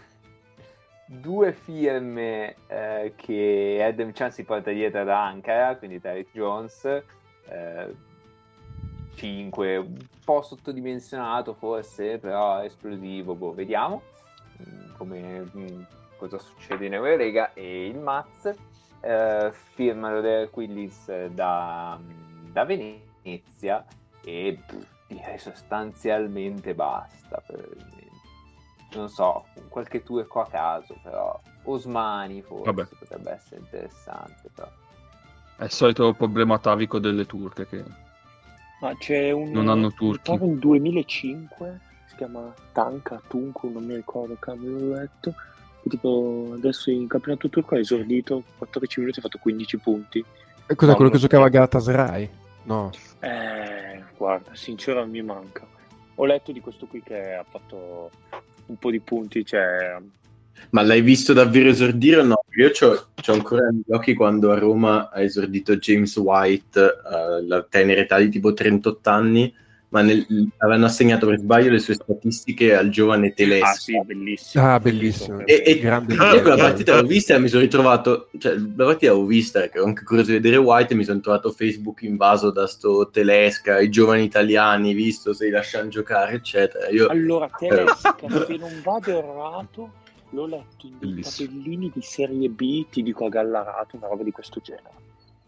Due firme eh, che Erdem Chan si porta dietro da Ankara, quindi Derek Jones, eh, cinque, un po' sottodimensionato forse, però esplosivo, boh, vediamo mm, come mm, cosa succede in Eurolega. E il Maz eh, firmano Derek Willis da, da Venezia, e pff, direi sostanzialmente basta per, non so, qualche turco a caso, però Osmani forse Vabbè. potrebbe essere interessante, però. È il solito problema atavico delle turche che Ma c'è un, non hanno turchi. un un duemilacinque, si chiama Tanka, Tunku, non mi ricordo, cavolo, l'ho letto. E tipo adesso in campionato turco ha esordito quattordici minuti, ha fatto quindici punti. E cos'è No, quello che non- giocava a Galatasaray? No. Eh, guarda, sincero mi manca. Ho letto di questo qui che ha fatto un po' di punti, cioè Ma l'hai visto davvero esordire o no? Io c'ho, c'ho ancora negli occhi quando a Roma ha esordito James White alla uh, tenera età di tipo trentotto anni, ma nel, avevano assegnato per sbaglio le sue statistiche al giovane Telesca. Ah sì, bellissimo. Ah, bellissimo. E, e Grande io quella partita l'ho vista e mi sono ritrovato, cioè la partita l'avevo vista, che ero anche curioso di vedere White, e mi sono trovato Facebook invaso da sto Telesca, i giovani italiani, visto se li lasciano giocare, eccetera. Io, allora, Telesca, se non vado errato, l'ho letto in dei Bellissimo. tabellini di Serie B, ti dico a Gallarato, una roba di questo genere.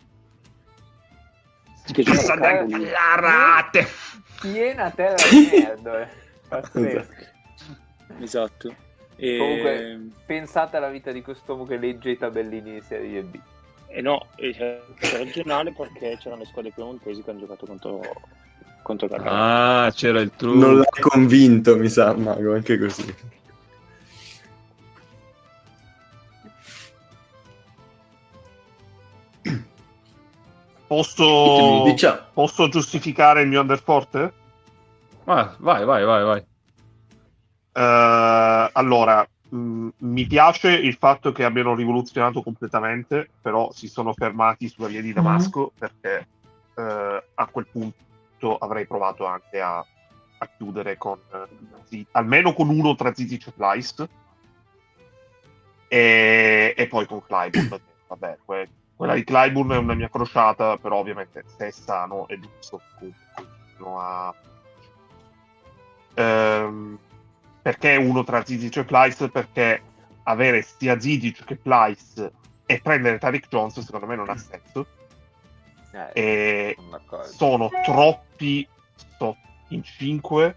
Che sono Chissà cavoli. La rate! Piena terra di merda, eh. Pazzesco. Esatto. E... Comunque, pensate alla vita di quest'uomo che legge i tabellini di Serie B. E no, c'è regionale perché c'erano le squadre piemontesi che hanno giocato contro, contro Gallarato. Ah, c'era il trucco. non l'hai convinto, mi sa, Mago, anche così. Posso, Diciamo. posso giustificare il mio underforte? Ah, vai, vai, vai, vai. Uh, allora, mh, mi piace il fatto che abbiano rivoluzionato completamente, però si sono fermati sulla via di Damasco, mm. perché uh, a quel punto avrei provato anche a, a chiudere con uh, almeno con uno tra Zizic e Plyce e, e poi con Clyburn. Vabbè, que- quella di Clyburn è una mia crociata, però ovviamente se è sano è giusto continuo a um, perché uno tra Zizic e Plyce? Perché avere sia Zizic che Plyce e prendere Tariq Jones secondo me non ha senso. Eh, E sono, sono troppi sto in cinque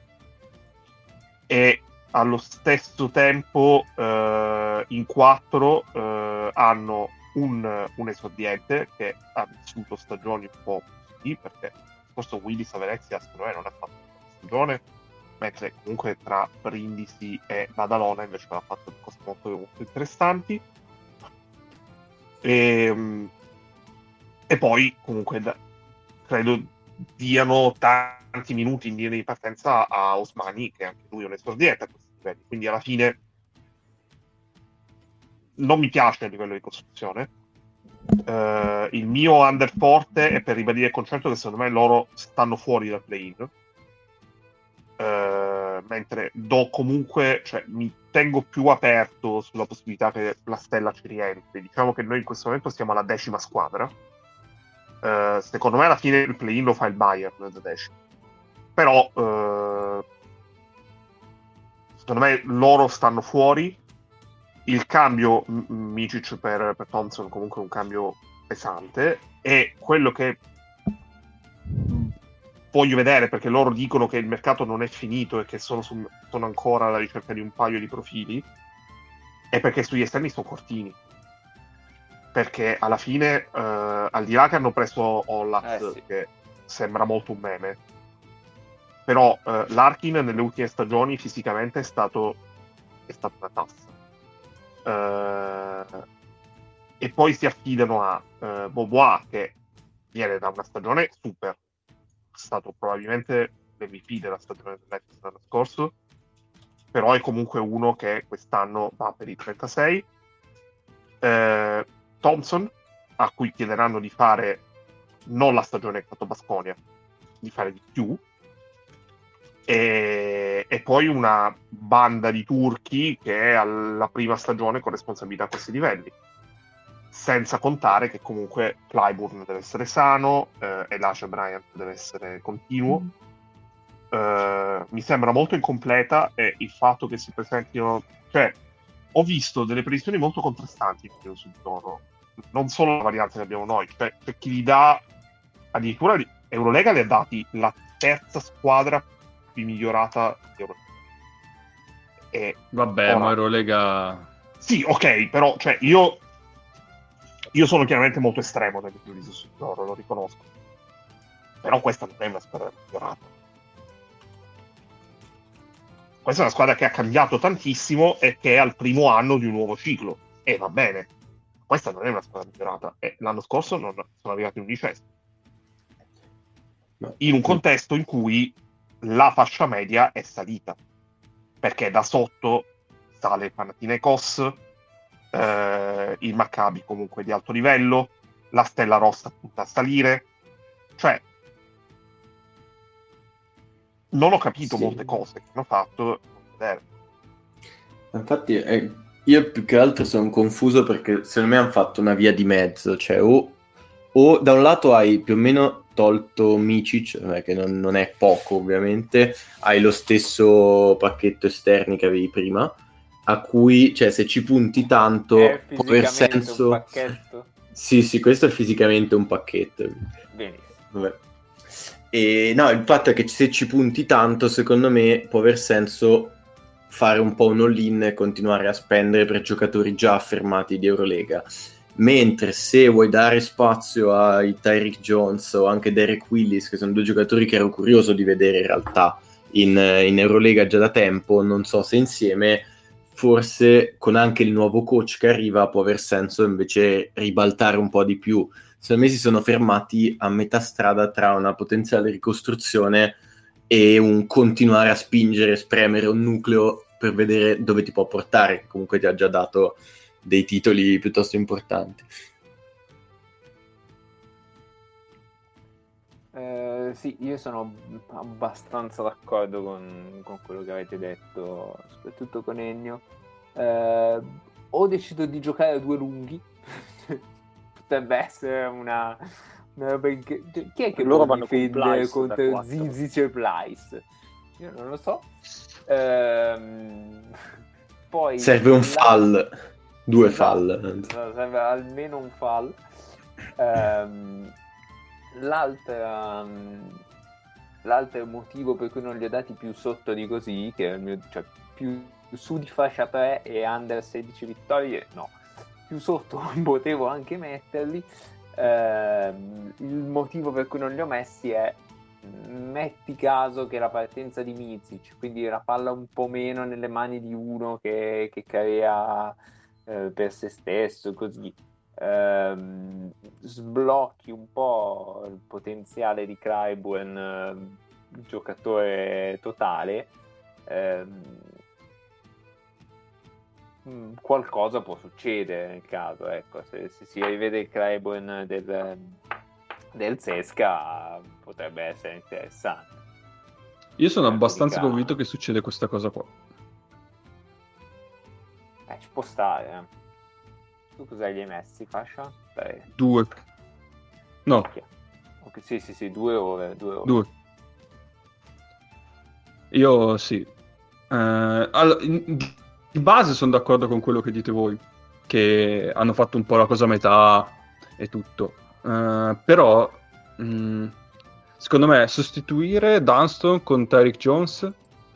e allo stesso tempo eh, in quattro eh, hanno un, un esordiente che ha vissuto stagioni un po' così, perché forse Willis a Venezia secondo me non ha fatto una stagione, mentre comunque tra Brindisi e Badalona invece aveva fatto cose molto, molto interessanti. E, e poi comunque da, credo diano tanti minuti in linea di partenza a Osmani, che anche lui è un esordiente a questi livelli, quindi alla fine non mi piace a livello di costruzione. Uh, il mio under forte è per ribadire il concetto che secondo me loro stanno fuori dal play-in. Uh, mentre do comunque, cioè mi tengo più aperto sulla possibilità che la stella ci rientri. Diciamo che noi in questo momento siamo alla decima squadra. Uh, secondo me alla fine il play-in lo fa il Bayern da decima. Però uh, secondo me loro stanno fuori. Il cambio M- Micic per, per Thompson comunque è un cambio pesante, e quello che voglio vedere, perché loro dicono che il mercato non è finito e che sono, su, sono ancora alla ricerca di un paio di profili, è perché sugli esterni sono cortini, perché alla fine uh, al di là che hanno preso Ollaz, eh sì. che sembra molto un meme, però uh, Larkin nelle ultime stagioni fisicamente è stato è stata una tassa. Uh, e poi si affidano a uh, Bobois, che viene da una stagione super, è stato probabilmente l'M V P della stagione dell'Efes l'anno scorso, però è comunque uno che quest'anno va per i trentasei. uh, Thompson, a cui chiederanno di fare non la stagione che ha fatto Baskonia, di fare di più, e, e poi una banda di turchi che è alla prima stagione con responsabilità a questi livelli, senza contare che comunque Clyburn deve essere sano, eh, e Elijah Bryant deve essere continuo. Eh, mi sembra molto incompleta, e il fatto che si presentino, cioè ho visto delle previsioni molto contrastanti sul loro, non solo la varianza che abbiamo noi, cioè per chi li dà, addirittura Eurolega li ha dati la terza squadra più migliorata di Eurolega. E vabbè, ora, ma Eurolega sì, ok, però cioè io io sono chiaramente molto estremo nel giudizio su loro, lo riconosco, però questa non è una squadra migliorata. Questa è una squadra che ha cambiato tantissimo e che è al primo anno di un nuovo ciclo, e va bene. Questa non è una squadra migliorata, e l'anno scorso non sono arrivati undicesimi, in un contesto in cui la fascia media è salita, perché da sotto sale Panathinaikos, eh, il Maccabi comunque di alto livello, la Stella Rossa punta a salire, cioè non ho capito Sì. molte cose che hanno fatto. Infatti eh, io più che altro sono confuso perché secondo me hanno fatto una via di mezzo, cioè o, o da un lato hai più o meno tolto Micic, eh, che non, non è poco ovviamente, hai lo stesso pacchetto esterni che avevi prima, a cui, cioè se ci punti tanto È può aver fisicamente senso... un pacchetto? Sì, sì, questo è fisicamente un pacchetto. Benissimo. Vabbè. E no, il fatto è che se ci punti tanto, secondo me può aver senso fare un po' un all-in e continuare a spendere per giocatori già affermati di Eurolega. Mentre se vuoi dare spazio ai Tyreek Jones o anche Derek Willis, che sono due giocatori che ero curioso di vedere in realtà in, in Eurolega già da tempo, non so se insieme, forse con anche il nuovo coach che arriva può aver senso invece ribaltare un po' di più. Secondo me si sono fermati a metà strada tra una potenziale ricostruzione e un continuare a spingere, spremere un nucleo per vedere dove ti può portare, che comunque ti ha già dato dei titoli piuttosto importanti. Eh, sì, io sono abbastanza d'accordo con, con quello che avete detto, soprattutto con Ennio. Eh, ho deciso di giocare a due lunghi. Potrebbe essere una, una roba in che... Chi è che Loro può vanno con difendere Plyce da contro quattro. Zizic e Plyce? Io non lo so. Ehm, poi Serve un la- fall, due Esatto. fall. Serve almeno un fall. Ehm, l'altra l'altro motivo per cui non li ho dati più sotto di così, che è il mio, cioè più su di fascia tre e under sedici vittorie, no, più sotto potevo anche metterli. Ehm, il motivo per cui non li ho messi è: metti caso che la partenza di Micic, quindi la palla un po' meno nelle mani di uno che, che crea eh, per se stesso, così ehm, sblocchi un po' il potenziale di Clyburn, eh, giocatore totale, ehm, mh, qualcosa può succedere nel caso, ecco, se, se si rivede il Clyburn del del Cesca potrebbe essere interessante. Io sono Eh, abbastanza mica- convinto che succede questa cosa qua. Eh, ci può stare. eh. Tu cosa gli hai messi, fascia? Dai. Due. No, Ok, sì, sì, sì, due ore, due ore. due. Io sì. Eh, allora, in- di base sono d'accordo con quello che dite voi, che hanno fatto un po' la cosa a metà e tutto. Eh, però, mh, secondo me, sostituire Dunston con Tyreek Jones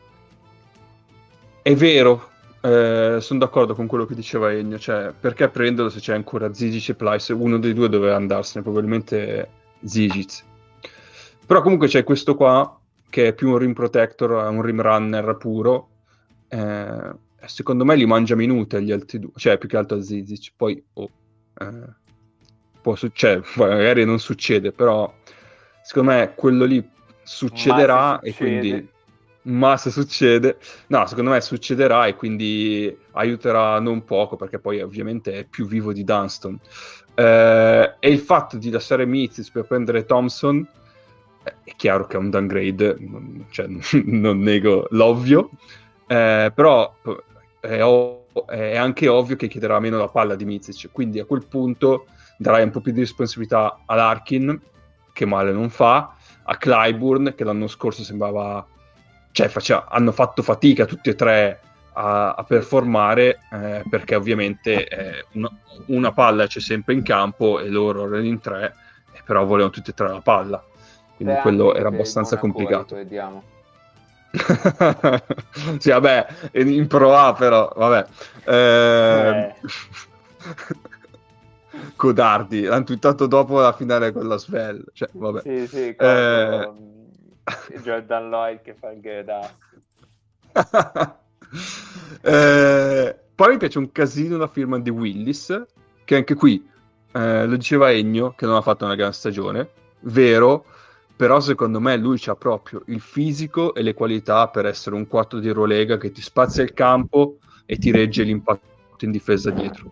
è vero. Eh, sono d'accordo con quello che diceva Ennio, cioè perché prenderlo se c'è ancora Zizic e Plyce? Uno dei due doveva andarsene, probabilmente Zizic. Però comunque c'è questo qua che è più un rim protector, è un rim runner puro. Eh, secondo me li mangia minuti agli altri due, cioè più che altro a Zizic. Poi oh, eh, può succedere, magari non succede, però secondo me quello lì succederà Ma se e succede- quindi ma se succede, no, secondo me succederà e quindi aiuterà non poco, perché poi ovviamente è più vivo di Dunston. Eh, e il fatto di lasciare Micic per prendere Thompson eh, è chiaro che è un downgrade, non, cioè, non nego l'ovvio, eh, però è, ov- è anche ovvio che chiederà meno la palla di Micic, quindi a quel punto darai un po' più di responsabilità a Larkin, che male non fa, a Clyburn, che l'anno scorso sembrava, cioè faceva, hanno fatto fatica tutti e tre a, a performare, eh, perché ovviamente eh, una, una palla c'è sempre in campo e loro erano in tre, eh, però volevano tutti e tre la palla, quindi Beh, quello anche era per abbastanza il Monaco, complicato. ricordiamo. Sì, vabbè, in Pro A però, vabbè. Eh... Codardi, l'hanno twittato dopo la finale con la Svel, cioè, vabbè. Sì, sì, Eh... cosa, Jordan Lloyd che fa il gradasso. eh... Poi mi piace un casino la firma di Willis, che anche qui, eh, lo diceva Ennio, che non ha fatto una gran stagione, vero, però secondo me lui c'ha proprio il fisico e le qualità per essere un quarto di Eurolega che ti spazia il campo, e ti regge l'impatto in difesa dietro.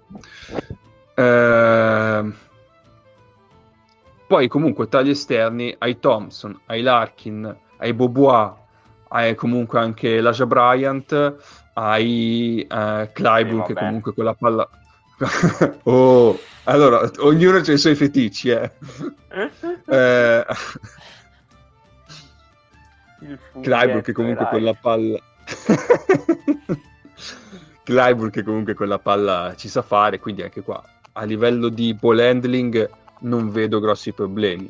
Eh, poi comunque tra gli esterni hai Thompson, hai Larkin, hai Bobois, hai comunque anche Elijah Bryant, hai eh, Clyburn sì, che comunque quella palla oh, allora ognuno ha i suoi feticci eh. eh... Clyburn che comunque quella palla Clyburn che comunque quella palla ci sa fare, quindi anche qua a livello di ball handling non vedo grossi problemi.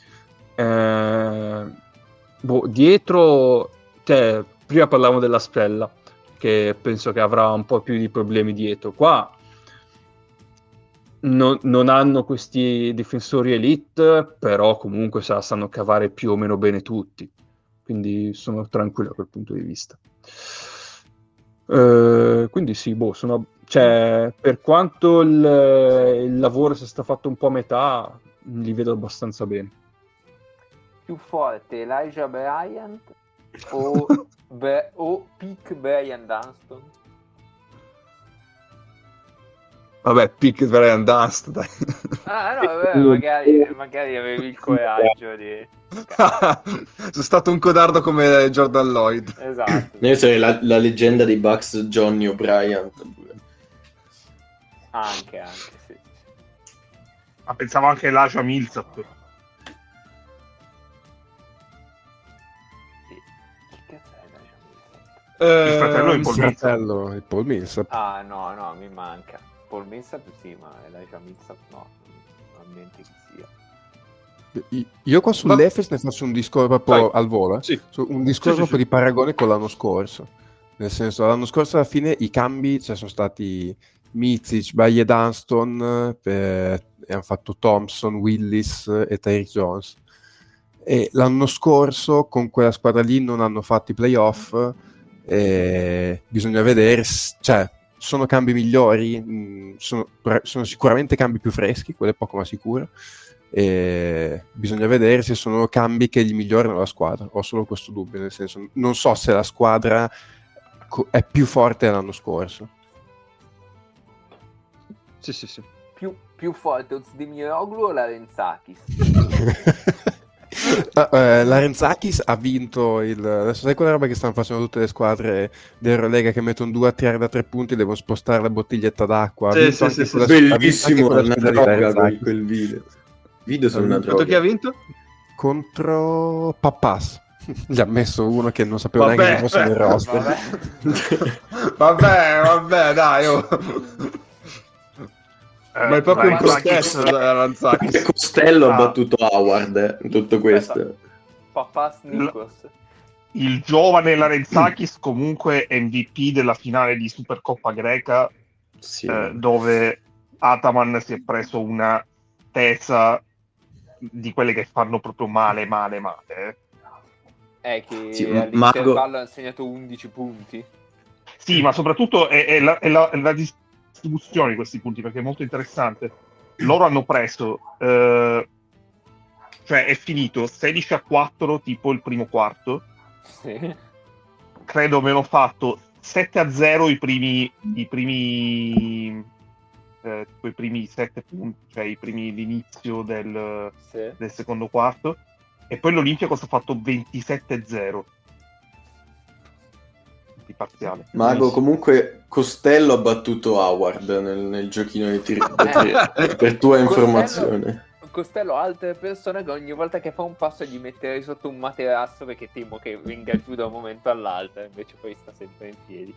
Eh, boh, dietro te, prima parlavamo della Spella, che penso che avrà un po' più di problemi dietro. Qua non, non hanno questi difensori elite, però comunque se la sanno cavare più o meno bene tutti, quindi sono tranquillo da quel punto di vista. Eh, quindi sì, boh, sono, cioè, per quanto il, il lavoro sia stato fatto un po' a metà, li vedo abbastanza bene. Più forte Elijah Bryant o, Be- o pick Brian Dunston? Vabbè, pick Brian Dunston, dai. Ah no, vabbè, magari, magari avevi il coraggio di... Sono stato un codardo come Jordan Lloyd. Esatto. Io sarei la, la leggenda dei Bucks, Johnny O'Brien. Anche, anche, sì. Ma pensavo anche a Elijah Millsap. Eh, il fratello di Paul il Millsap. fratello di Paul Millsap. Ah no, no, mi manca. Paul Millsap sì, ma Elijah Millsap no, non mente che sia. Io qua sull'Efes ne faccio un discorso proprio Vai. al volo, eh? Sì. Su- un discorso Sì, sì, proprio sì. di paragone con l'anno scorso. Nel senso, l'anno scorso alla fine i cambi, cioè, sono stati Micic, Baye Dunston, eh, e hanno fatto Thompson, Willis e Tyreek Jones. E l'anno scorso con quella squadra lì non hanno fatto i playoff, e bisogna vedere, s- cioè sono cambi migliori, mh, sono, sono sicuramente cambi più freschi, quello è poco ma sicuro, e bisogna vedere se sono cambi che gli migliorano la squadra. Ho solo questo dubbio, nel senso, non so se la squadra co- è più forte dell'anno scorso. Sì, sì, sì. Più, più forte Ozdemiroğlu o Larenzakis? Ah, eh, Larenzakis ha vinto il... Adesso sai quella roba che stanno facendo tutte le squadre dell'Eurolega, che mettono due a tirare da tre punti, devono spostare la bottiglietta d'acqua. Ha Sì, vinto sì, anche sì, quella- sì. ha vinto Bellissimo, anche una quella sfida di droga quel, Larenzakis. quel video. Video sono una Contro chi ha droga. vinto? Contro Pappas. Gli ha messo uno che non sapeva Vabbè, neanche che fosse nel beh, roster. Vabbè. vabbè, vabbè, dai. Oh. Eh, Ma è proprio un Ranzakis- processo da Ranzakis. Costello ha Ah. battuto Howard, eh, in tutto questo. Papas Nikos. Il giovane Larenzakis comunque M V P della finale di Supercoppa greca, Sì. eh, dove Ataman si è preso una tesa di quelle che fanno proprio male, male, male. eh. È che Sì, all'intervallo Mago- ha insegnato undici punti. Sì, ma soprattutto è, è la, è la- è la distribuzione di questi punti, perché è molto interessante. Loro hanno preso, eh, cioè è finito sedici a quattro tipo il primo quarto, Sì. credo abbiano fatto sette a zero i primi i primi eh, tipo i primi sette punti, cioè i primi l'inizio del, Sì. del secondo quarto, e poi l'Olympiacos ha fatto ventisette a zero di parziale. Mago, comunque Costello ha battuto Howard nel, nel giochino di tiri da tre, per tua informazione. Costello ha altre persone che ogni volta che fa un passo gli metterei sotto un materasso, perché temo che venga giù da un momento all'altro, invece poi sta sempre in piedi.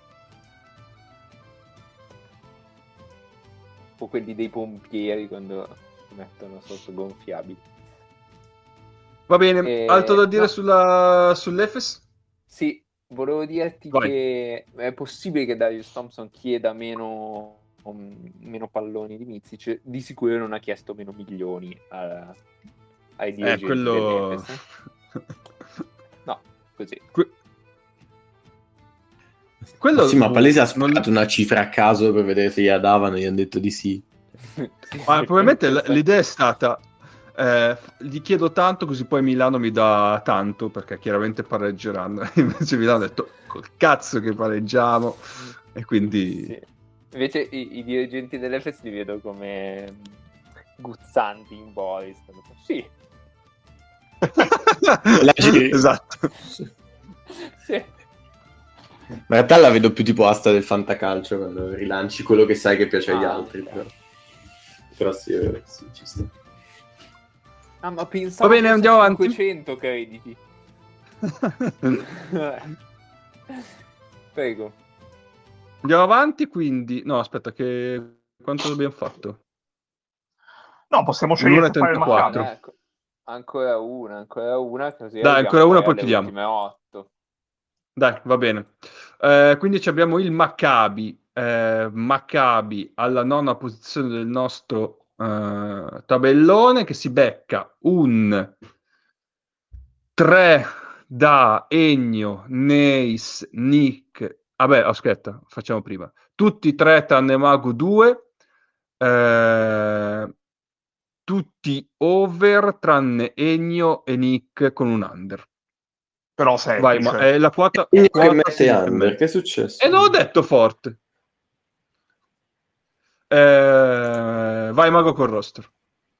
O quelli dei pompieri quando si mettono sotto gonfiabili. Va bene, Eh, altro da dire no. sulla, sull'Efes? Sì, volevo dirti Vai. che è possibile che Darius Thompson chieda meno, um, meno palloni di Micic, di sicuro non ha chiesto meno milioni a- ai dirigenti Eh, quello... dell'Efes. No, così. Que- quello Sì, ma Palese ha non- sparato una cifra a caso per vedere se gli la davano e gli hanno detto di sì. Ma probabilmente l- l'idea è stata eh, gli chiedo tanto così poi Milano mi dà tanto, perché chiaramente pareggeranno. Invece Milano ha detto col cazzo che pareggiamo, e quindi... Sì. Invece i, i dirigenti dell'F S li vedo come guzzanti in Boris. Sì. Esatto. Sì. Ma in realtà la vedo più tipo asta del fantacalcio, quando rilanci quello che sai che piace agli Ah, altri. ok. Però, però sì, eh, sì, ci sta. Ah, ma pensavo Va bene, fosse andiamo avanti. cinquecento crediti. Prego. Andiamo avanti, quindi... No, aspetta, che... Quanto abbiamo fatto? No, possiamo Un'ora scegliere e se fare il trentaquattro. Maccabi. Ecco. Ancora una, ancora una, così Dai, arriviamo ancora una, poi poi alle chiudiamo. ultime otto. Dai, va bene. Eh, quindi ci abbiamo il Maccabi. Eh, Maccabi alla nona posizione del nostro eh, tabellone, che si becca un tre da Ennio, Neis, Nick. Vabbè, aspetta, facciamo prima. Tutti tre tranne Mago due. Eh, tutti over tranne Ennio e Nick con un under. Però Vai, ma semplice. è la quota, Ennio che quota mette sei e under, mezzo. che è successo? E l'ho detto forte. Eh, vai Mago col roster.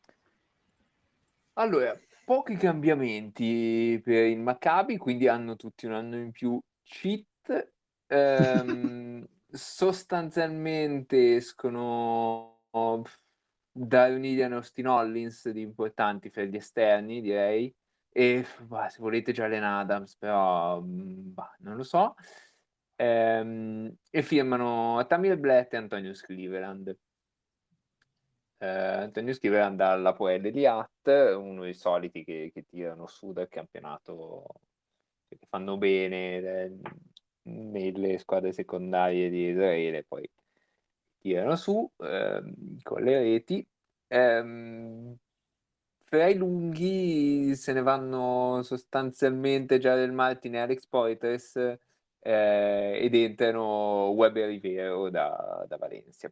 Allora, pochi cambiamenti per il Maccabi, quindi hanno tutti un anno in più cheat. Ehm, sostanzialmente escono Darunidian e Austin Hollins di importanti per gli esterni, direi. E bah, se volete Jalen Adams, però bah, non lo so. Ehm, e firmano Tamir Blatt e Antonio Cleveland. Eh, Antonio Cleveland dalla Poel Eliat, uno dei soliti che, che tirano su dal campionato, che fanno bene eh, nelle squadre secondarie di Israele, poi tirano su ehm, con le reti. Ehm, fra i lunghi se ne vanno sostanzialmente Jared Martin e Alex Poitres eh, ed entrano Webber e Rivero da, da Valencia.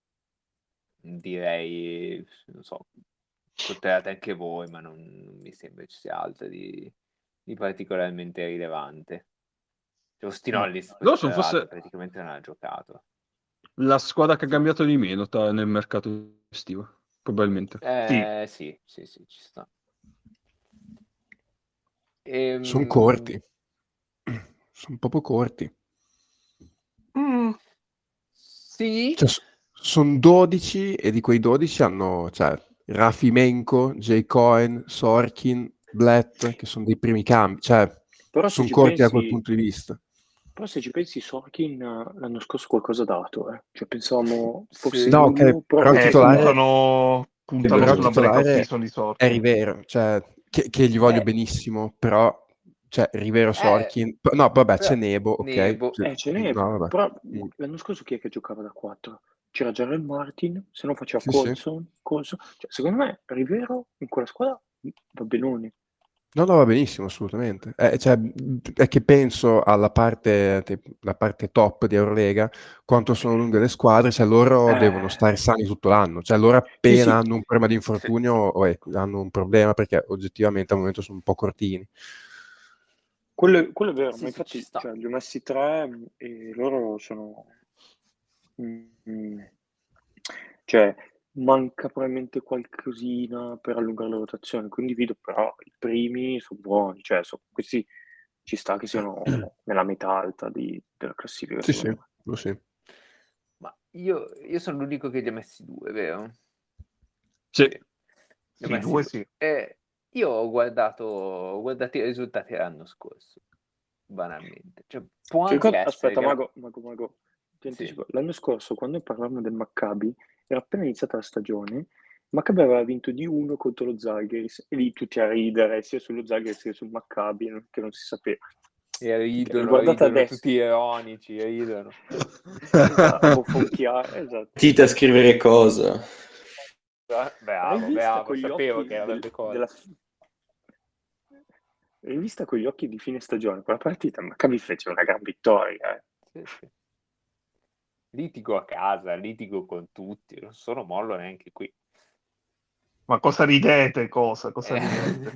Direi, non so, contate anche voi, ma non, non mi sembra ci sia altro di, di particolarmente rilevante. Cioè, Austin Hollis, Loro sono tra l'altro, forse praticamente non ha giocato. la squadra che ha cambiato di meno ta- nel mercato estivo, probabilmente. Eh, sì, sì, sì, ci sta. Ehm, Sono corti. Sono proprio corti. Mm, sì, Cioè, sono dodici e di quei dodici hanno, cioè, Rafi Menko, Jay Cohen, Sorkin, Blatt, che sono dei primi cambi. Cioè, Però se sono ci corti da quel pensi, punto di vista. però se ci pensi, Sorkin eh, l'anno scorso qualcosa ha dato, eh. Cioè pensavamo fosse sì. No, uno, ok, però però Eh, titolare, puntano, puntano però sulla breakout titolare season di è sorte. Rivero, cioè, che, che gli voglio Eh. benissimo, però, cioè, Rivero, Eh, Sorkin, no, vabbè, però- c'è Nebo, ok? Nebo. Cioè, Eh, ce n'è, no, vabbè. però Mm. l'anno scorso chi è che giocava da quattro? C'era Jared Martin, se no faceva Sì, sì. Colson, Colson. Cioè, secondo me Rivero in quella squadra va benone. No, no, va benissimo, assolutamente. Eh, cioè, è che penso alla parte, te- la parte top di Eurolega, quanto sono lunghe le squadre, cioè loro Eh. devono stare sani tutto l'anno. Cioè loro appena Sì, sì. hanno un problema di infortunio, o ecco, hanno un problema perché oggettivamente al momento sono un po' cortini. Quello, è- quello è vero, Sì, ma sì, infatti ci sta. cioè, li ho messi tre e loro sono... mm, cioè, manca probabilmente qualcosina per allungare la rotazione, quindi vedo però i primi sono buoni, cioè so- questi ci sta che siano nella metà alta di- della classifica, Sì, sì, secondo me. lo sì. Ma io, io sono l'unico che li ha messi due, vero? Sì. Li ho Sì, messi due sì. Eh, io ho guardato, ho guardato i risultati l'anno scorso, banalmente. Cioè, può Ti anche ricordi- essere Aspetta, che... Mago, Mago, Mago, ti Sì. anticipo. L'anno scorso, quando parlavamo del Maccabi, era appena iniziata la stagione, Maccabi aveva vinto di uno contro lo Zalgiris, e lì tutti a ridere, sia sullo Zalgiris che sul Maccabi, non- che non si sapeva. E ridono, Guardate ridono adesso. tutti ironici, ridono. Esatto, a bofonchiare, esatto. Tita a scrivere cosa? Bravo, Rivista bravo, con gli sapevo occhi che avrebbe del- cosa. della... Rivista con gli occhi di fine stagione, quella partita, Maccabi fece una gran vittoria. Eh. Sì, sì. Litigo a casa, litigo con tutti, non sono mollo neanche qui. Ma cosa ridete, cosa? Cosa Eh. ridete?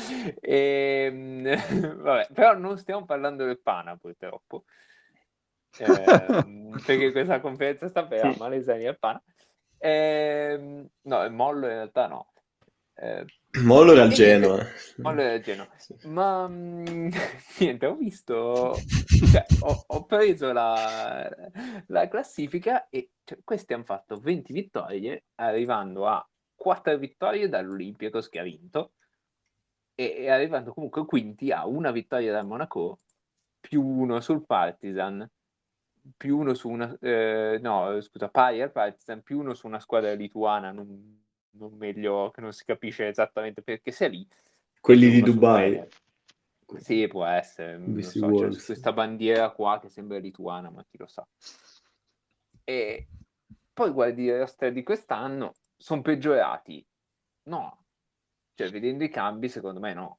Ehm, vabbè, però non stiamo parlando del Pana purtroppo. eh, perché questa conferenza stampa era Malesani al pana. Eh, no, il Mollo in realtà no. Eh, Mollo era al Genoa. Mollo era al Genoa. Ma mh, niente, ho visto, cioè, ho, ho preso la, la classifica e cioè, questi hanno fatto venti vittorie, arrivando a quattro vittorie dall'Olympiacos che ha vinto e, e arrivando comunque quinti a una vittoria dal Monaco, più uno sul Partizan, più uno su una eh, no scusa pari al Partizan, più uno su una squadra lituana non, non meglio, che non si capisce esattamente perché sia lì, quelli di Dubai. Sì, può essere, non so, c'è questa bandiera qua che sembra lituana, ma chi lo sa. E poi guardi i roster di quest'anno, sono peggiorati? No, cioè vedendo i cambi secondo me no.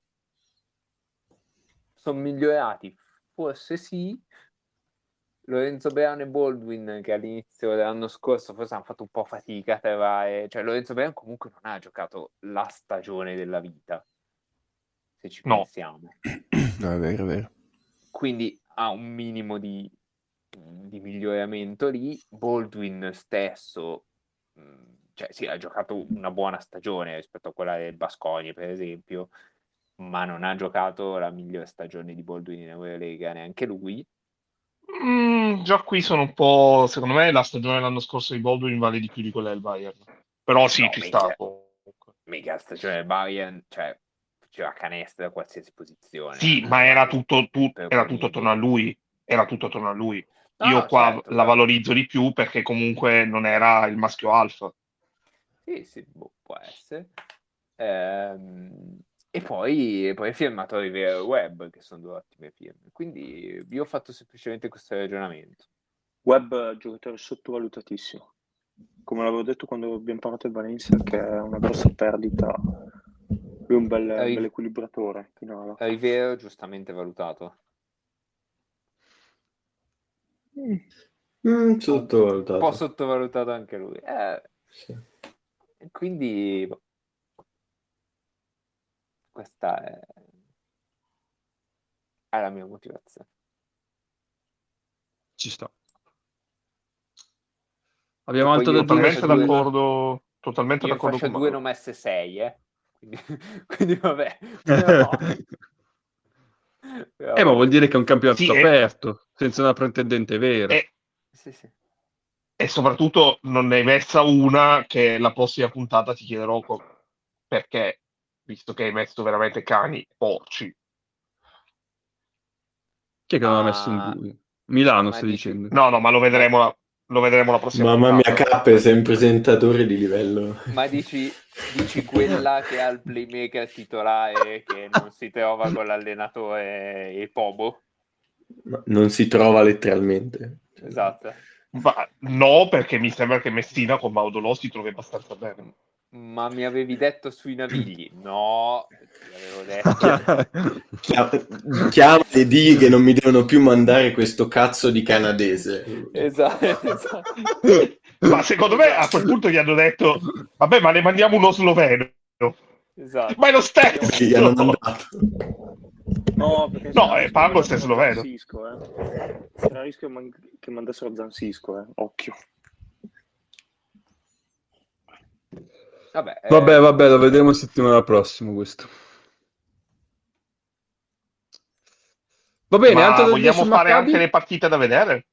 Sono migliorati? Forse sì. Lorenzo Brown e Baldwin, che all'inizio dell'anno scorso forse hanno fatto un po' fatica a trovare, cioè Lorenzo Brown comunque non ha giocato la stagione della vita, se ci no. pensiamo. No, è vero, è vero. Quindi ha un minimo di, di miglioramento lì. Baldwin stesso, cioè sì, ha giocato una buona stagione rispetto a quella del Baskonia per esempio, ma non ha giocato la migliore stagione di Baldwin in Eurolega neanche lui. Mm, già qui sono un po', secondo me la stagione dell'anno scorso di Baldwin vale di più di quella del Bayern, però sì, no, ci mica, sta mica la stagione del Bayern, cioè faceva canestro da qualsiasi posizione. Sì, ma era tutto, tu, era tutto attorno a lui, era tutto attorno a lui. No, io no, qua certo, la però... valorizzo di più perché comunque non era il maschio alfa. Sì, sì, boh, può essere. Ehm... E poi, e poi è firmato Rivera e Webb, che sono due ottime firme. Quindi io ho fatto semplicemente questo ragionamento. Webb, giocatore sottovalutatissimo. Come l'avevo detto quando abbiamo parlato del Valencia, che è una grossa perdita. Lui è un bel, Riv- un bel equilibratore. Finora. Rivera giustamente valutato. Mm, sottovalutato. Un po' sottovalutato anche lui. Eh, sì. Quindi... Boh. Questa è... è la mia motivazione. Ci sta. Abbiamo Poi altro io da dire Totalmente due- d'accordo, totalmente Io d'accordo faccio con due Mauro. non sei, eh. Quindi, quindi vabbè. Però... Però Eh, ma vuol dire che è un campionato Sì, e- aperto, senza una pretendente vera. E, Sì, sì. e soprattutto non ne hai messa una che la prossima puntata ti chiederò co- perché, visto che hai messo veramente cani porci. Chi è che non ha Ma- messo un due? Milano, ma stai dici- dicendo? No, no, ma lo vedremo la, lo vedremo la prossima Mamma mia, puntata. K sei un presentatore di livello. Ma dici, dici quella che ha il playmaker titolare che non si trova con l'allenatore e Pobo? No, non si trova letteralmente. Esatto. Ma no, perché mi sembra che Messina con Maudolò si trovi abbastanza bene. Ma mi avevi detto sui Navigli? No, ti avevo detto. Chiam- Chiamali e digli che non mi devono più mandare questo cazzo di canadese. Esatto, esatto. Ma secondo me a quel punto gli hanno detto vabbè, ma ne mandiamo uno sloveno. Esatto. Ma è lo stesso! Sì, gli hanno mandato. No, perché No, c'era è il Pangos rischio è che sloveno. Zanzisco, eh. C'era il rischio man- che mandassero Zanzisco, eh. Occhio. Vabbè, eh, Vabbè, vabbè, lo vedremo settimana prossima questo. Va bene, Ma altro da dire vogliamo sul fare Maccabi? anche le partite da vedere?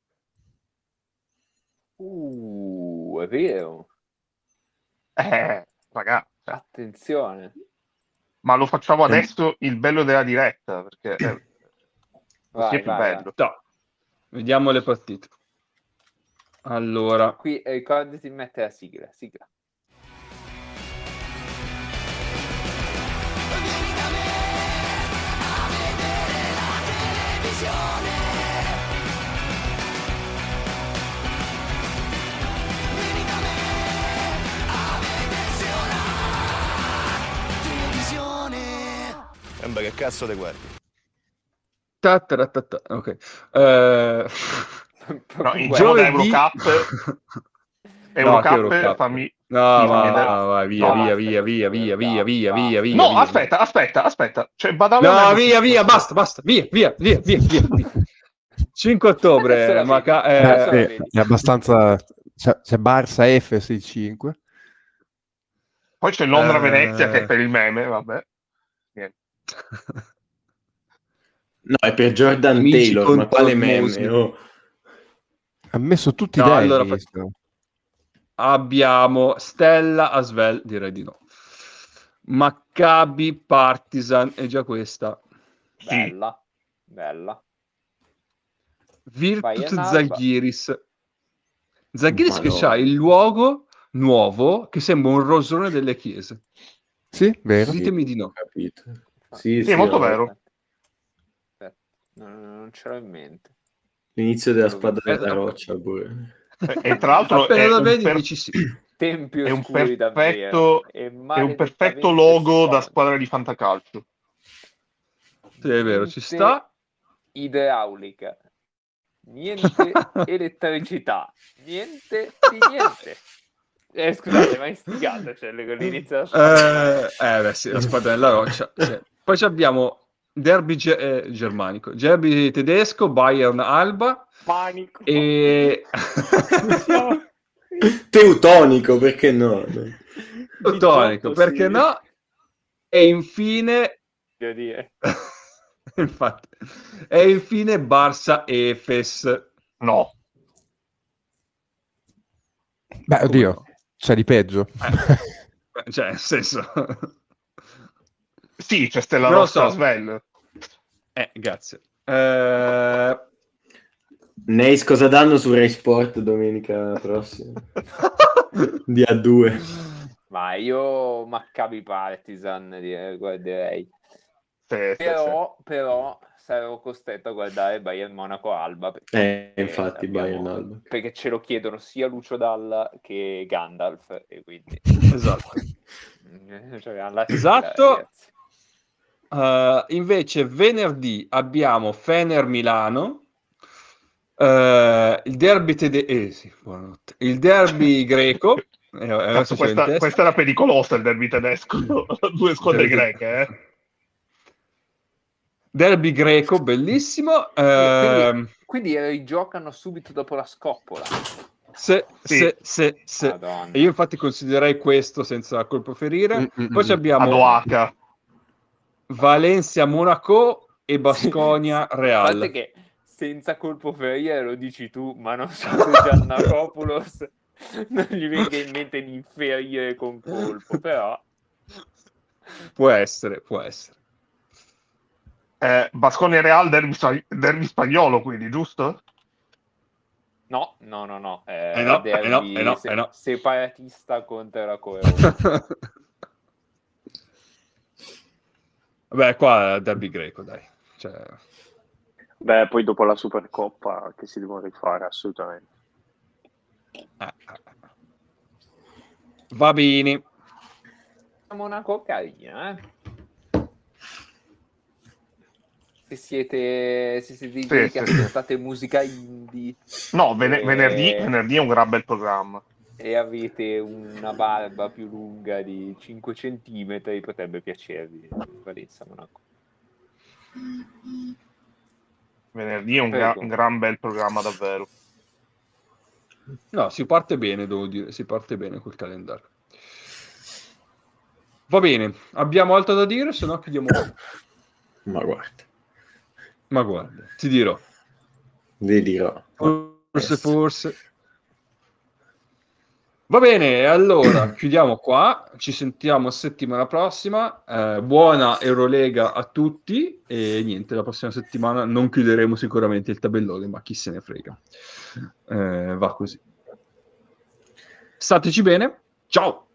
Uh, è vero. Eh, ragazzi, Attenzione. ma lo facciamo adesso il bello della diretta, perché eh, così Vai, è più vai, bello. No. Vediamo le partite. Allora, Qui eh, ricordati di mettere la sigla. Sigla. Vieni da me a vedere la televisione. Vieni da me a vedersi una televisione. Sembra che cazzo te guardi. ta ta ta ta. Ok. Eh, No, il Guarda, gioco da giovedì- Eurocup No, Eurocup, che Eurocup? fammi... No, Sì, va, fammi va, vedere. vai, via, No, via, basta, via, via, via, via, via, via, via, No, via. aspetta, aspetta, aspetta. Cioè, badavo No, nel- via, via, basta, basta, via, via, via, via, via, via. cinque ottobre, ma ca- eh, eh, è abbastanza... C'è, c'è Barça Efes il cinque. Poi c'è Londra-Venezia Eh. che è per il meme, vabbè. Niente. No, è per Jordan Amici Taylor, ma quale contornosi. meme? Oh. Ha messo tutti No, i allora Davis. fa- abbiamo Stella Asvel, direi di no. Maccabi Partizan, è già questa. Bella, bella. Virtus Bayern Alba. Zalgiris. Zalgiris Ma che no. c'ha il luogo nuovo che sembra un rosone delle chiese. Sì, vero. Ditemi di no. Capito. Sì, Sì, è molto ho- vero. Aspetta, non, non ce l'ho in mente. L'inizio della spada Eh, della roccia pure. E tra l'altro Appena è lo un, vedi per- dici sì. Tempi è un oscuri perfetto, davvero. E è un maledettamente perfetto logo da stonzo. squadra di fantacalcio. Sì, è vero, ci Niente sta. Idraulica, niente elettricità, niente di niente. Eh, scusate, ma è istigato, cioè, con l'inizio della Eh, eh, beh, sì, la spada della roccia. Sì. Poi ci abbiamo derby ge- eh, germanico, derby tedesco, Bayern Alba Panico. e Teutonico, perché no? Teutonico, diciotto, perché sì. no? E infine Devo dire. infatti, e infine Barça Efes. No. Beh, oddio, no? c'è di peggio. Eh, cioè, nel senso... Sì, c'è Stella Non lo Rossa so. Svel. Eh, grazie. Eh... Neis cosa danno su Rai Sport domenica prossima? Di A due. Ma io Maccabi Partizan eh, guarderei. Sì, sì, Però, però sarò costretto a guardare Bayern Monaco Alba perché, Eh, infatti, abbiamo- Bayern Alba. perché ce lo chiedono sia Lucio Dalla che Gandalf e quindi Esatto. cioè, alla fine, Esatto. ragazzi. Uh, invece venerdì abbiamo Fener Milano, uh, il derby tede- eh, sì, buonanotte. Il derby greco. Eh, adesso Cazzo, c'ho in questa, testa. questa era pericolosa il derby tedesco. Due squadre Derby- greche, eh. Derby greco, bellissimo. Quindi, Ehm, quindi rigiocano subito dopo la scoppola. se, Sì. se, se, se. Madonna. E io infatti considererei questo senza colpo ferire. Mm-mm-mm. Poi ci abbiamo Ad Oaca. Valencia Monaco e Baskonia A Real. parte che senza colpo ferire lo dici tu, ma non so se Giannakopoulos non gli venga in mente di inferire con colpo, però Può essere, può essere. Eh, Baskonia Real, derby, spa- derby spagnolo, quindi, giusto? no, no, no, no, eh, Eh no, derby eh no, eh no, se- eh no. separatista contro la Corea. Vabbè, qua è derby greco, dai. Cioè... Beh, poi dopo la Supercoppa che si devono rifare assolutamente. eh. Va bene. Monaco carina, eh? Se siete, se siete quelli Sì, che sì. ascoltate musica indie No, ven- Eh. venerdì, venerdì è un gran bel programma. e avete una barba più lunga di cinque centimetri, potrebbe piacervi Valencia Monaco. Venerdì è un, gra- Prego. un gran bel programma, davvero. No, si parte bene, devo dire, si parte bene col calendario. Va bene, abbiamo altro da dire, se no chiudiamo. Ma guarda, Ma guarda, ti dirò. vi dirò. Forse, forse. Va bene, allora chiudiamo qua. Ci sentiamo settimana prossima. Eh, buona Eurolega a tutti. E niente, la prossima settimana non chiuderemo sicuramente il tabellone, ma chi se ne frega. Eh, va così. Stateci bene. Ciao.